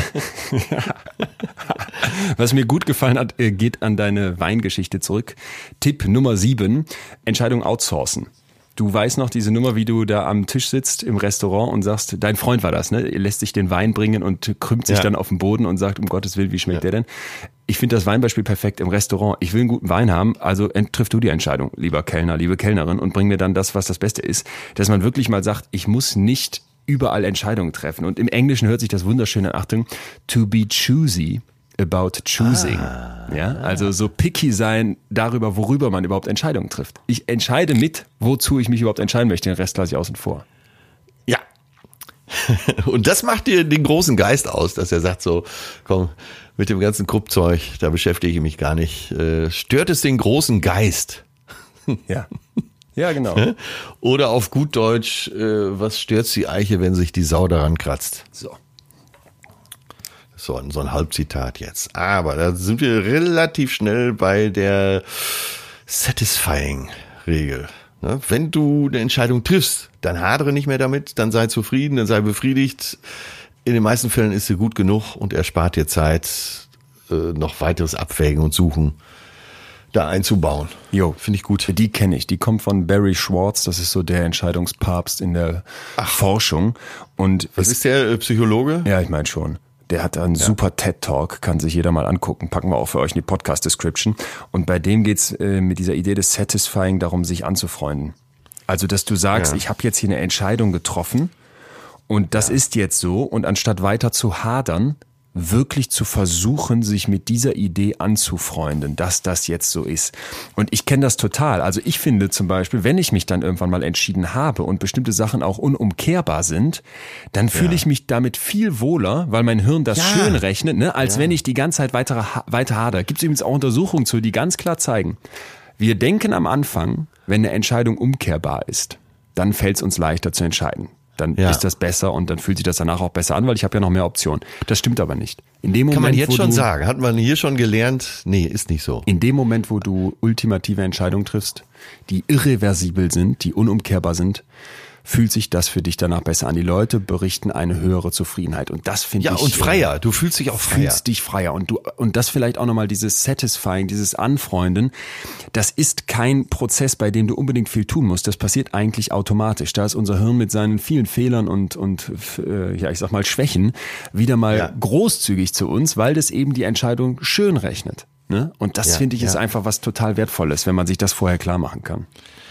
was mir gut gefallen hat, äh, geht an deine Weingeschichte zurück. Tipp Nummer sieben, Entscheidung outsourcen. Du weißt noch diese Nummer, wie du da am Tisch sitzt im Restaurant und sagst, dein Freund war das, ne? Er lässt sich den Wein bringen und krümmt sich Ja. dann auf den Boden und sagt, um Gottes Willen, wie schmeckt Ja. der denn? Ich finde das Weinbeispiel perfekt im Restaurant. Ich will einen guten Wein haben, also ent- triff du die Entscheidung, lieber Kellner, liebe Kellnerin, und bring mir dann das, was das Beste ist. Dass man wirklich mal sagt, ich muss nicht überall Entscheidungen treffen. Und im Englischen hört sich das wunderschön an, Achtung, to be choosy about choosing. Ah. Ja, also so picky sein darüber, worüber man überhaupt Entscheidungen trifft. Ich entscheide mit, wozu ich mich überhaupt entscheiden möchte, den Rest lasse ich außen vor. Ja. Und das macht dir den großen Geist aus, dass er sagt so, komm, mit dem ganzen Kruppzeug, da beschäftige ich mich gar nicht. Äh, stört es den großen Geist? Ja. Ja, genau. Oder auf gut Deutsch, äh, was stört die Eiche, wenn sich die Sau daran kratzt? So. So ein, so ein Halbzitat jetzt. Aber da sind wir relativ schnell bei der Satisfying-Regel. Ne? Wenn du eine Entscheidung triffst, dann hadere nicht mehr damit, dann sei zufrieden, dann sei befriedigt. In den meisten Fällen ist sie gut genug und erspart dir Zeit, äh, noch weiteres Abwägen und Suchen da einzubauen. Jo, Finde ich gut. Die kenne ich. Die kommt von Barry Schwartz. Das ist so der Entscheidungspapst in der Forschung. Und Was es- ist der äh, Psychologe? Ja, ich meine schon. Der hat einen ja. super TED-Talk, kann sich jeder mal angucken. Packen wir auch für euch in die Podcast-Description. Und bei dem geht's äh, mit dieser Idee des Satisfying darum, sich anzufreunden. Also, dass du sagst, ja. ich habe jetzt hier eine Entscheidung getroffen und das ja. ist jetzt so. Und anstatt weiter zu hadern, wirklich zu versuchen, sich mit dieser Idee anzufreunden, dass das jetzt so ist. Und ich kenne das total. Also ich finde zum Beispiel, wenn ich mich dann irgendwann mal entschieden habe und bestimmte Sachen auch unumkehrbar sind, dann fühle ja. ich mich damit viel wohler, weil mein Hirn das ja. schön rechnet, ne, als ja. wenn ich die ganze Zeit weiter, weiter hader. Gibt es übrigens auch Untersuchungen zu, die ganz klar zeigen, wir denken am Anfang, wenn eine Entscheidung umkehrbar ist, dann fällt es uns leichter zu entscheiden. Dann ja. ist das besser und dann fühlt sich das danach auch besser an, weil ich habe ja noch mehr Optionen. Das stimmt aber nicht. In dem Moment, kann man jetzt wo schon du, sagen, hat man hier schon gelernt, nee, ist nicht so. In dem Moment, wo du ultimative Entscheidungen triffst, die irreversibel sind, die unumkehrbar sind, fühlt sich das für dich danach besser an. Die Leute berichten eine höhere Zufriedenheit und das finde ja, ich... Ja, und freier. Du fühlst dich auch freier. Fühlst dich freier und du und das vielleicht auch nochmal dieses Satisfying, dieses Anfreunden, das ist kein Prozess, bei dem du unbedingt viel tun musst. Das passiert eigentlich automatisch. Da ist unser Hirn mit seinen vielen Fehlern und, und äh, ja, ich sag mal Schwächen wieder mal ja. großzügig zu uns, weil das eben die Entscheidung schön rechnet. Ne? Und das ja, finde ich ja. ist einfach was total Wertvolles, wenn man sich das vorher klar machen kann.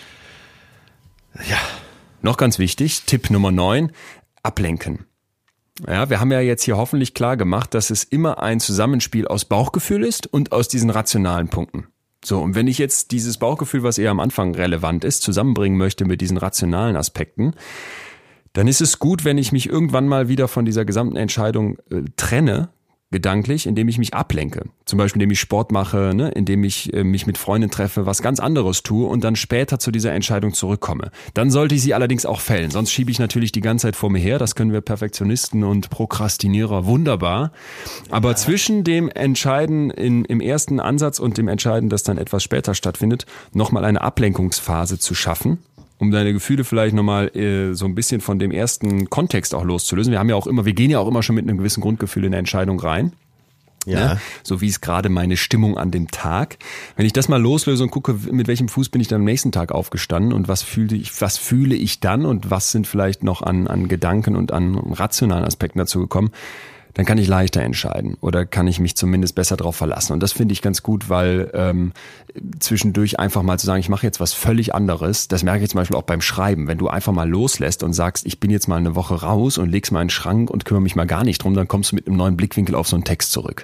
Ja. Noch ganz wichtig, Tipp Nummer neun, ablenken. Ja, wir haben ja jetzt hier hoffentlich klar gemacht, dass es immer ein Zusammenspiel aus Bauchgefühl ist und aus diesen rationalen Punkten. So, und wenn ich jetzt dieses Bauchgefühl, was eher am Anfang relevant ist, zusammenbringen möchte mit diesen rationalen Aspekten, dann ist es gut, wenn ich mich irgendwann mal wieder von dieser gesamten Entscheidung äh, trenne, gedanklich, indem ich mich ablenke. Zum Beispiel, indem ich Sport mache, ne? indem ich äh, mich mit Freunden treffe, was ganz anderes tue und dann später zu dieser Entscheidung zurückkomme. Dann sollte ich sie allerdings auch fällen. Sonst schiebe ich natürlich die ganze Zeit vor mir her. Das können wir Perfektionisten und Prokrastinierer wunderbar. Aber ja. zwischen dem Entscheiden in, im ersten Ansatz und dem Entscheiden, das dann etwas später stattfindet, nochmal eine Ablenkungsphase zu schaffen, um deine Gefühle vielleicht nochmal äh, so ein bisschen von dem ersten Kontext auch loszulösen. Wir haben ja auch immer, wir gehen ja auch immer schon mit einem gewissen Grundgefühl in eine Entscheidung rein. Ja. Ne? So wie ist gerade meine Stimmung an dem Tag. Wenn ich das mal loslöse und gucke, mit welchem Fuß bin ich dann am nächsten Tag aufgestanden und was fühle ich, was fühle ich dann und was sind vielleicht noch an, an Gedanken und an rationalen Aspekten dazu gekommen, dann kann ich leichter entscheiden oder kann ich mich zumindest besser darauf verlassen. Und das finde ich ganz gut, weil ähm, zwischendurch einfach mal zu sagen, ich mache jetzt was völlig anderes, das merke ich zum Beispiel auch beim Schreiben. Wenn du einfach mal loslässt und sagst, ich bin jetzt mal eine Woche raus und leg's mal in den Schrank und kümmere mich mal gar nicht drum, dann kommst du mit einem neuen Blickwinkel auf so einen Text zurück.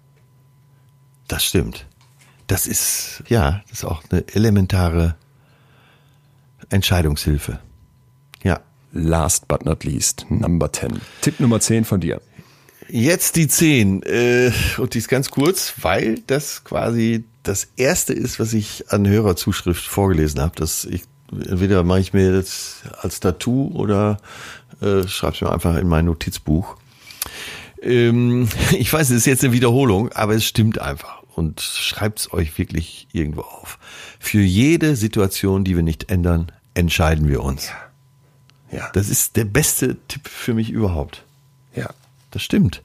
Das stimmt. Das ist, ja, das ist auch eine elementare Entscheidungshilfe. Ja. Last but not least, Number zehn. Tipp Nummer zehn von dir. Jetzt die zehn, äh, und die ist ganz kurz, weil das quasi das erste ist, was ich an Hörerzuschrift vorgelesen habe. Das ich, entweder mache ich mir das als Tattoo oder äh, schreibe es mir einfach in mein Notizbuch. Ähm, ich weiß, es ist jetzt eine Wiederholung, aber es stimmt einfach. Und schreibt es euch wirklich irgendwo auf. Für jede Situation, die wir nicht ändern, entscheiden wir uns. Ja. Ja. Das ist der beste Tipp für mich überhaupt. Ja. Das stimmt.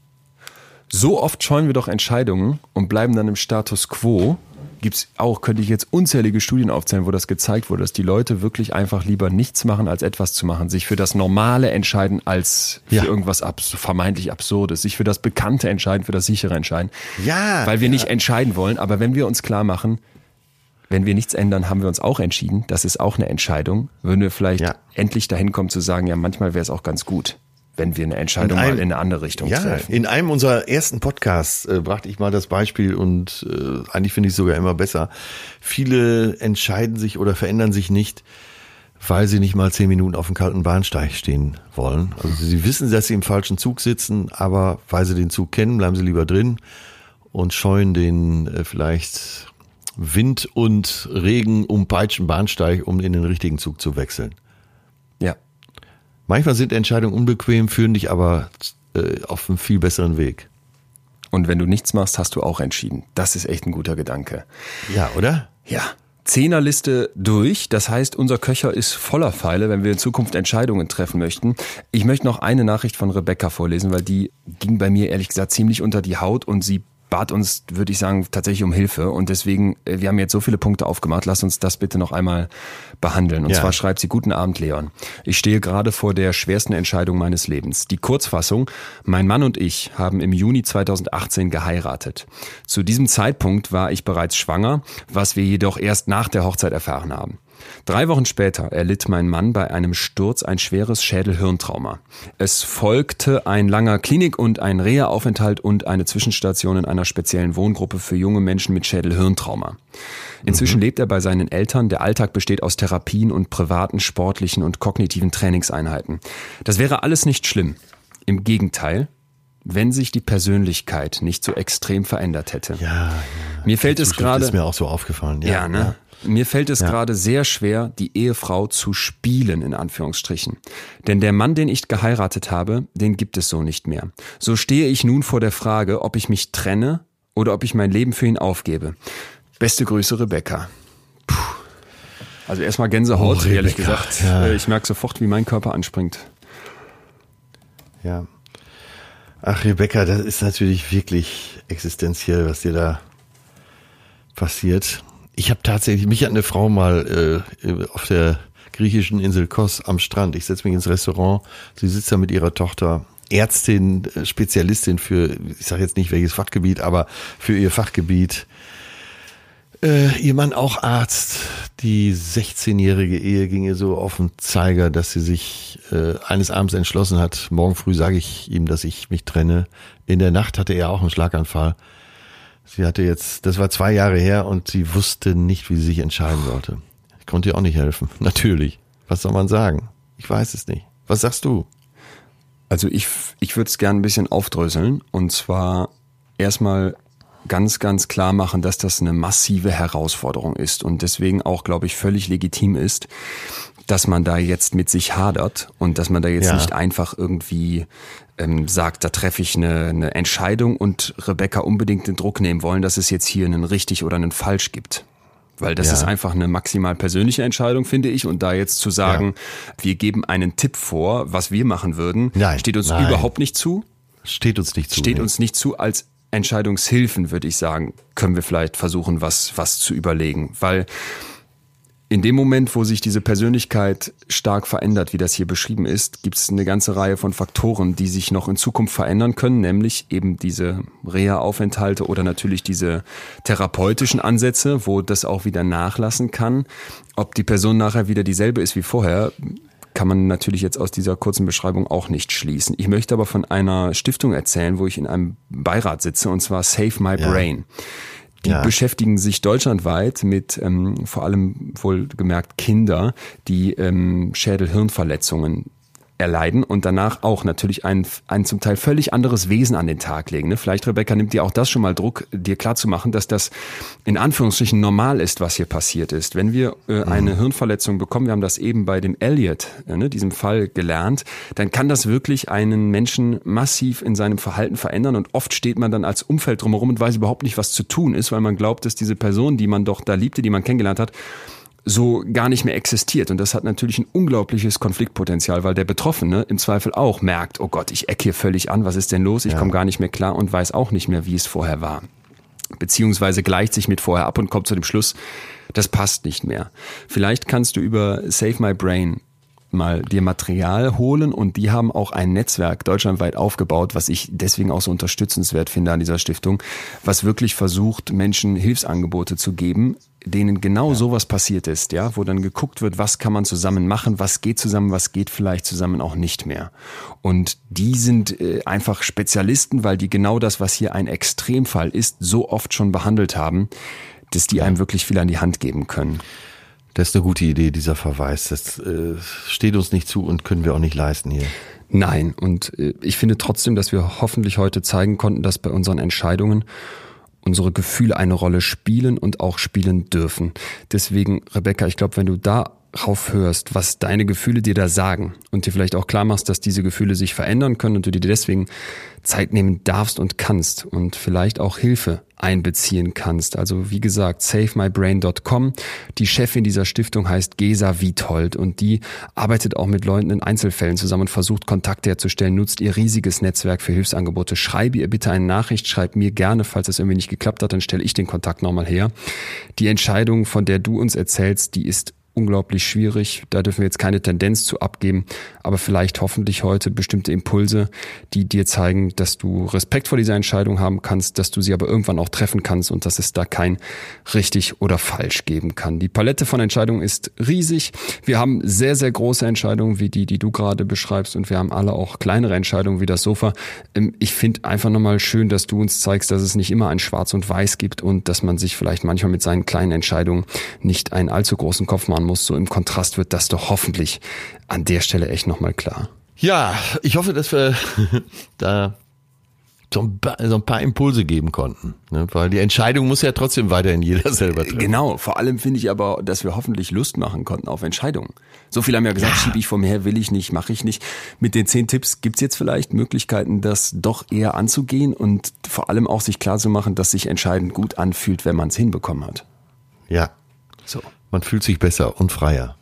So oft scheuen wir doch Entscheidungen und bleiben dann im Status quo. Gibt's auch, könnte ich jetzt unzählige Studien aufzählen, wo das gezeigt wurde, dass die Leute wirklich einfach lieber nichts machen, als etwas zu machen. Sich für das Normale entscheiden, als für ja. irgendwas abs- vermeintlich Absurdes. Sich für das Bekannte entscheiden, für das Sichere entscheiden. Ja. Weil wir ja. nicht entscheiden wollen. Aber wenn wir uns klar machen, wenn wir nichts ändern, haben wir uns auch entschieden. Das ist auch eine Entscheidung. Würden wir vielleicht ja. endlich dahin kommen zu sagen, ja, manchmal wäre es auch ganz gut, wenn wir eine Entscheidung in einem, mal in eine andere Richtung ja, treffen. In einem unserer ersten Podcasts äh, brachte ich mal das Beispiel und äh, eigentlich finde ich es sogar immer besser. Viele entscheiden sich oder verändern sich nicht, weil sie nicht mal zehn Minuten auf dem kalten Bahnsteig stehen wollen. Also sie wissen, dass sie im falschen Zug sitzen, aber weil sie den Zug kennen, bleiben sie lieber drin und scheuen den äh, vielleicht Wind und Regen umpeitschten Bahnsteig, um in den richtigen Zug zu wechseln. Ja. Manchmal sind Entscheidungen unbequem, führen dich aber äh, auf einen viel besseren Weg. Und wenn du nichts machst, hast du auch entschieden. Das ist echt ein guter Gedanke. Ja, oder? Ja. Zehnerliste durch. Das heißt, unser Köcher ist voller Pfeile, wenn wir in Zukunft Entscheidungen treffen möchten. Ich möchte noch eine Nachricht von Rebecca vorlesen, weil die ging bei mir ehrlich gesagt ziemlich unter die Haut und sie bat uns, würde ich sagen, tatsächlich um Hilfe. Und deswegen, wir haben jetzt so viele Punkte aufgemacht, lass uns das bitte noch einmal behandeln. Und ja. zwar schreibt sie: Guten Abend, Leon. Ich stehe gerade vor der schwersten Entscheidung meines Lebens. Die Kurzfassung: Mein Mann und ich haben im Juni zweitausendachtzehn geheiratet. Zu diesem Zeitpunkt war ich bereits schwanger, was wir jedoch erst nach der Hochzeit erfahren haben. Drei Wochen später erlitt mein Mann bei einem Sturz ein schweres Schädel-Hirntrauma. Es folgte ein langer Klinik- und ein Reha-Aufenthalt und eine Zwischenstation in einer speziellen Wohngruppe für junge Menschen mit Schädel-Hirntrauma. Inzwischen mhm. lebt er bei seinen Eltern. Der Alltag besteht aus Therapien und privaten, sportlichen und kognitiven Trainingseinheiten. Das wäre alles nicht schlimm. Im Gegenteil, wenn sich die Persönlichkeit nicht so extrem verändert hätte. Ja, ja. Mir fällt es gerade... Das ist mir auch so aufgefallen. Ja, ja ne? Ja. Mir fällt es ja. gerade sehr schwer, die Ehefrau zu spielen, in Anführungsstrichen. Denn der Mann, den ich geheiratet habe, den gibt es so nicht mehr. So stehe ich nun vor der Frage, ob ich mich trenne oder ob ich mein Leben für ihn aufgebe. Beste Grüße, Rebecca. Puh. Also erstmal Gänsehaut, oh, ehrlich gesagt. Ja. Ich merke sofort, wie mein Körper anspringt. Ja. Ach, Rebecca, das ist natürlich wirklich existenziell, was dir da passiert. Ich habe tatsächlich, mich hat eine Frau mal äh, auf der griechischen Insel Kos am Strand, ich setze mich ins Restaurant, sie sitzt da mit ihrer Tochter, Ärztin, Spezialistin für, ich sage jetzt nicht welches Fachgebiet, aber für ihr Fachgebiet. Äh, ihr Mann auch Arzt. Die sechzehnjährige Ehe ging ihr so auf den Zeiger, dass sie sich äh, eines Abends entschlossen hat, morgen früh sage ich ihm, dass ich mich trenne. In der Nacht hatte er auch einen Schlaganfall. Sie hatte jetzt, das war zwei Jahre her und sie wusste nicht, wie sie sich entscheiden sollte. Ich konnte ihr auch nicht helfen. Natürlich. Was soll man sagen? Ich weiß es nicht. Was sagst du? Also ich, ich würde es gerne ein bisschen aufdröseln und zwar erstmal ganz, ganz klar machen, dass das eine massive Herausforderung ist und deswegen auch, glaube ich, völlig legitim ist, dass man da jetzt mit sich hadert und dass man da jetzt ja. nicht einfach irgendwie ähm, sagt, da treffe ich eine, eine Entscheidung und Rebecca unbedingt den Druck nehmen wollen, dass es jetzt hier einen richtig oder einen falsch gibt. Weil das ja. ist einfach eine maximal persönliche Entscheidung, finde ich. Und da jetzt zu sagen, ja. wir geben einen Tipp vor, was wir machen würden, nein, steht uns nein. überhaupt nicht zu. Steht uns nicht zu. Steht nee. uns nicht zu. Als Entscheidungshilfen, würde ich sagen, können wir vielleicht versuchen, was, was zu überlegen. Weil in dem Moment, wo sich diese Persönlichkeit stark verändert, wie das hier beschrieben ist, gibt es eine ganze Reihe von Faktoren, die sich noch in Zukunft verändern können, nämlich eben diese Reha-Aufenthalte oder natürlich diese therapeutischen Ansätze, wo das auch wieder nachlassen kann. Ob die Person nachher wieder dieselbe ist wie vorher, kann man natürlich jetzt aus dieser kurzen Beschreibung auch nicht schließen. Ich möchte aber von einer Stiftung erzählen, wo ich in einem Beirat sitze, und zwar Save My ja. Brain. Die ja. beschäftigen sich deutschlandweit mit ähm, vor allem wohlgemerkt Kinder, die ähm, Schädel-Hirnverletzungen erleiden und danach auch natürlich ein, ein zum Teil völlig anderes Wesen an den Tag legen. Ne? Vielleicht, Rebecca, nimmt dir auch das schon mal Druck, dir klarzumachen, dass das in Anführungsstrichen normal ist, was hier passiert ist. Wenn wir äh, mhm. eine Hirnverletzung bekommen, wir haben das eben bei dem Elliot, äh, ne, diesem Fall gelernt, dann kann das wirklich einen Menschen massiv in seinem Verhalten verändern und oft steht man dann als Umfeld drumherum und weiß überhaupt nicht, was zu tun ist, weil man glaubt, dass diese Person, die man doch da liebte, die man kennengelernt hat, so gar nicht mehr existiert. Und das hat natürlich ein unglaubliches Konfliktpotenzial, weil der Betroffene im Zweifel auch merkt, oh Gott, ich ecke hier völlig an, was ist denn los? Ich ja. komme gar nicht mehr klar und weiß auch nicht mehr, wie es vorher war. Beziehungsweise gleicht sich mit vorher ab und kommt zu dem Schluss, das passt nicht mehr. Vielleicht kannst du über Save My Brain mal dir Material holen und die haben auch ein Netzwerk deutschlandweit aufgebaut, was ich deswegen auch so unterstützenswert finde an dieser Stiftung, was wirklich versucht, Menschen Hilfsangebote zu geben, denen genau ja. sowas passiert ist, ja, wo dann geguckt wird, was kann man zusammen machen, was geht zusammen, was geht vielleicht zusammen auch nicht mehr. Und die sind äh, einfach Spezialisten, weil die genau das, was hier ein Extremfall ist, so oft schon behandelt haben, dass die einem wirklich viel an die Hand geben können. Das ist eine gute Idee, dieser Verweis. Das äh, steht uns nicht zu und können wir auch nicht leisten hier. Nein, und äh, ich finde trotzdem, dass wir hoffentlich heute zeigen konnten, dass bei unseren Entscheidungen unsere Gefühle eine Rolle spielen und auch spielen dürfen. Deswegen, Rebecca, ich glaube, wenn du da darauf hörst, was deine Gefühle dir da sagen und dir vielleicht auch klar machst, dass diese Gefühle sich verändern können und du dir deswegen Zeit nehmen darfst und kannst und vielleicht auch Hilfe einbeziehen kannst. Also wie gesagt, save my brain dot com. Die Chefin dieser Stiftung heißt Gesa Wiethold und die arbeitet auch mit Leuten in Einzelfällen zusammen und versucht Kontakte herzustellen, nutzt ihr riesiges Netzwerk für Hilfsangebote. Schreibe ihr bitte eine Nachricht, schreib mir gerne, falls es irgendwie nicht geklappt hat, dann stelle ich den Kontakt nochmal her. Die Entscheidung, von der du uns erzählst, die ist unglaublich schwierig. Da dürfen wir jetzt keine Tendenz zu abgeben, aber vielleicht hoffentlich heute bestimmte Impulse, die dir zeigen, dass du Respekt vor dieser Entscheidung haben kannst, dass du sie aber irgendwann auch treffen kannst und dass es da kein richtig oder falsch geben kann. Die Palette von Entscheidungen ist riesig. Wir haben sehr, sehr große Entscheidungen wie die, die du gerade beschreibst und wir haben alle auch kleinere Entscheidungen wie das Sofa. Ich finde einfach nochmal schön, dass du uns zeigst, dass es nicht immer ein Schwarz und Weiß gibt und dass man sich vielleicht manchmal mit seinen kleinen Entscheidungen nicht einen allzu großen Kopf machen muss. So im Kontrast wird das doch hoffentlich an der Stelle echt nochmal klar. Ja, ich hoffe, dass wir da so ein, paar, so ein paar Impulse geben konnten, ne? Weil die Entscheidung muss ja trotzdem weiterhin jeder selber treffen. Genau, vor allem finde ich aber, dass wir hoffentlich Lust machen konnten auf Entscheidungen. So viele haben ja gesagt, ja. Schiebe ich vor mir her, will ich nicht, mache ich nicht. Mit den zehn Tipps gibt's jetzt vielleicht Möglichkeiten, das doch eher anzugehen und vor allem auch sich klar zu machen, dass sich Entscheiden gut anfühlt, wenn man es hinbekommen hat. Ja, so. Man fühlt sich besser und freier.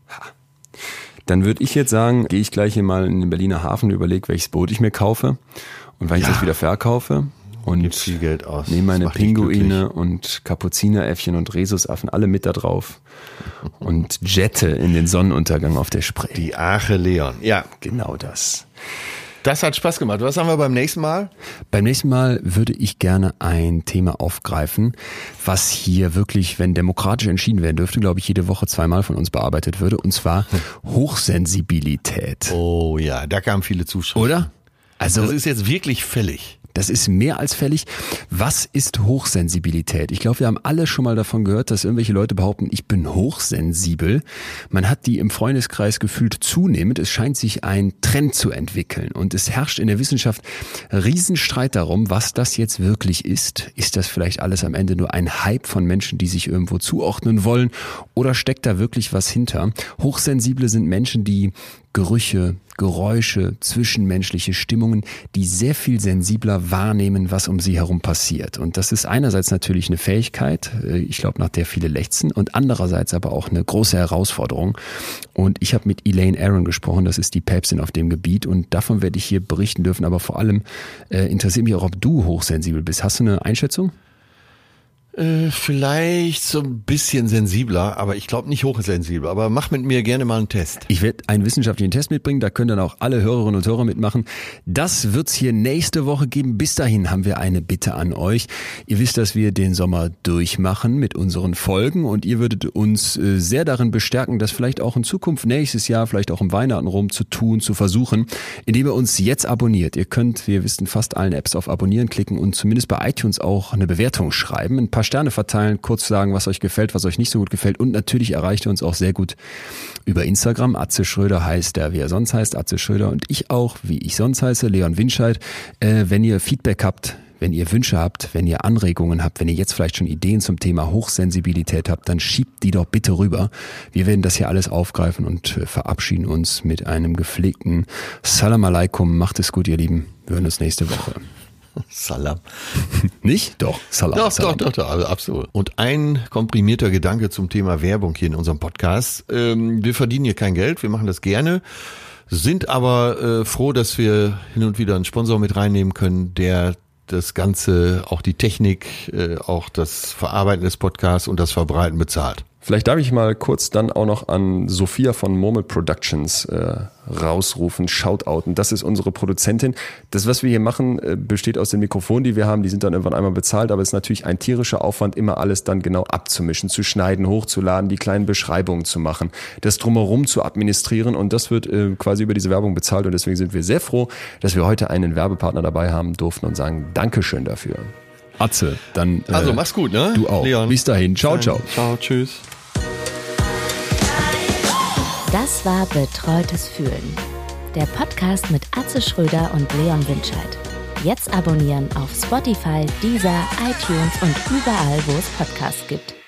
Dann würde ich jetzt sagen, gehe ich gleich hier mal in den Berliner Hafen und überlege, welches Boot ich mir kaufe und wann ja. ich das wieder verkaufe. Und gibt viel Geld aus. Nehme meine Pinguine und Kapuzineräffchen und Rhesusaffen alle mit da drauf und jette in den Sonnenuntergang auf der Spree. Die Arche Leon. Ja, genau das. Das hat Spaß gemacht. Was haben wir beim nächsten Mal? Beim nächsten Mal würde ich gerne ein Thema aufgreifen, was hier wirklich, wenn demokratisch entschieden werden dürfte, glaube ich, jede Woche zweimal von uns bearbeitet würde, und zwar Hochsensibilität. Oh ja, da kamen viele Zuschriften. Oder? Also das ist jetzt wirklich fällig. Das ist mehr als fällig. Was ist Hochsensibilität? Ich glaube, wir haben alle schon mal davon gehört, dass irgendwelche Leute behaupten, ich bin hochsensibel. Man hat die im Freundeskreis gefühlt zunehmend. Es scheint sich ein Trend zu entwickeln. Und es herrscht in der Wissenschaft Riesenstreit darum, was das jetzt wirklich ist. Ist das vielleicht alles am Ende nur ein Hype von Menschen, die sich irgendwo zuordnen wollen? Oder steckt da wirklich was hinter? Hochsensible sind Menschen, die Gerüche, Geräusche, zwischenmenschliche Stimmungen, die sehr viel sensibler wahrnehmen, was um sie herum passiert. Und das ist einerseits natürlich eine Fähigkeit, ich glaube, nach der viele lechzen, und andererseits aber auch eine große Herausforderung. Und ich habe mit Elaine Aron gesprochen, das ist die Päpstin auf dem Gebiet, und davon werde ich hier berichten dürfen. Aber vor allem äh, interessiert mich auch, ob du hochsensibel bist. Hast du eine Einschätzung? Äh, vielleicht so ein bisschen sensibler, aber ich glaube nicht hochsensibel. Aber mach mit mir gerne mal einen Test. Ich werde einen wissenschaftlichen Test mitbringen, da können dann auch alle Hörerinnen und Hörer mitmachen. Das wird's hier nächste Woche geben. Bis dahin haben wir eine Bitte an euch. Ihr wisst, dass wir den Sommer durchmachen mit unseren Folgen, und ihr würdet uns äh, sehr darin bestärken, das vielleicht auch in Zukunft, nächstes Jahr, vielleicht auch im Weihnachten rum zu tun, zu versuchen, indem ihr uns jetzt abonniert. Ihr könnt, wir wissen, fast allen Apps auf Abonnieren klicken und zumindest bei iTunes auch eine Bewertung schreiben, ein paar Sterne verteilen, kurz sagen, was euch gefällt, was euch nicht so gut gefällt, und natürlich erreicht ihr uns auch sehr gut über Instagram. Atze Schröder heißt er, wie er sonst heißt, Atze Schröder, und ich auch, wie ich sonst heiße, Leon Winscheid. Äh, wenn ihr Feedback habt, wenn ihr Wünsche habt, wenn ihr Anregungen habt, wenn ihr jetzt vielleicht schon Ideen zum Thema Hochsensibilität habt, dann schiebt die doch bitte rüber. Wir werden das hier alles aufgreifen und äh, verabschieden uns mit einem gepflegten Salam Alaikum. Macht es gut, ihr Lieben. Wir hören uns nächste Woche. Salam. Nicht? Doch, Salam. Doch, Salam. doch, doch, doch, also absolut. Und ein komprimierter Gedanke zum Thema Werbung hier in unserem Podcast. Ähm, wir verdienen hier kein Geld, wir machen das gerne, sind aber äh, froh, dass wir hin und wieder einen Sponsor mit reinnehmen können, der das Ganze, auch die Technik, äh, auch das Verarbeiten des Podcasts und das Verbreiten bezahlt. Vielleicht darf ich mal kurz dann auch noch an Sophia von Murmel Productions äh, rausrufen, shoutouten. Das ist unsere Produzentin. Das, was wir hier machen, äh, besteht aus den Mikrofonen, die wir haben. Die sind dann irgendwann einmal bezahlt, aber es ist natürlich ein tierischer Aufwand, immer alles dann genau abzumischen, zu schneiden, hochzuladen, die kleinen Beschreibungen zu machen, das drumherum zu administrieren, und das wird äh, quasi über diese Werbung bezahlt, und deswegen sind wir sehr froh, dass wir heute einen Werbepartner dabei haben durften und sagen Dankeschön dafür. Atze, dann äh, also mach's gut, ne? Du auch. Leon. Bis dahin. Ciao, ciao. Ciao, tschüss. Das war Betreutes Fühlen. Der Podcast mit Atze Schröder und Leon Winscheid. Jetzt abonnieren auf Spotify, Deezer, iTunes und überall, wo es Podcasts gibt.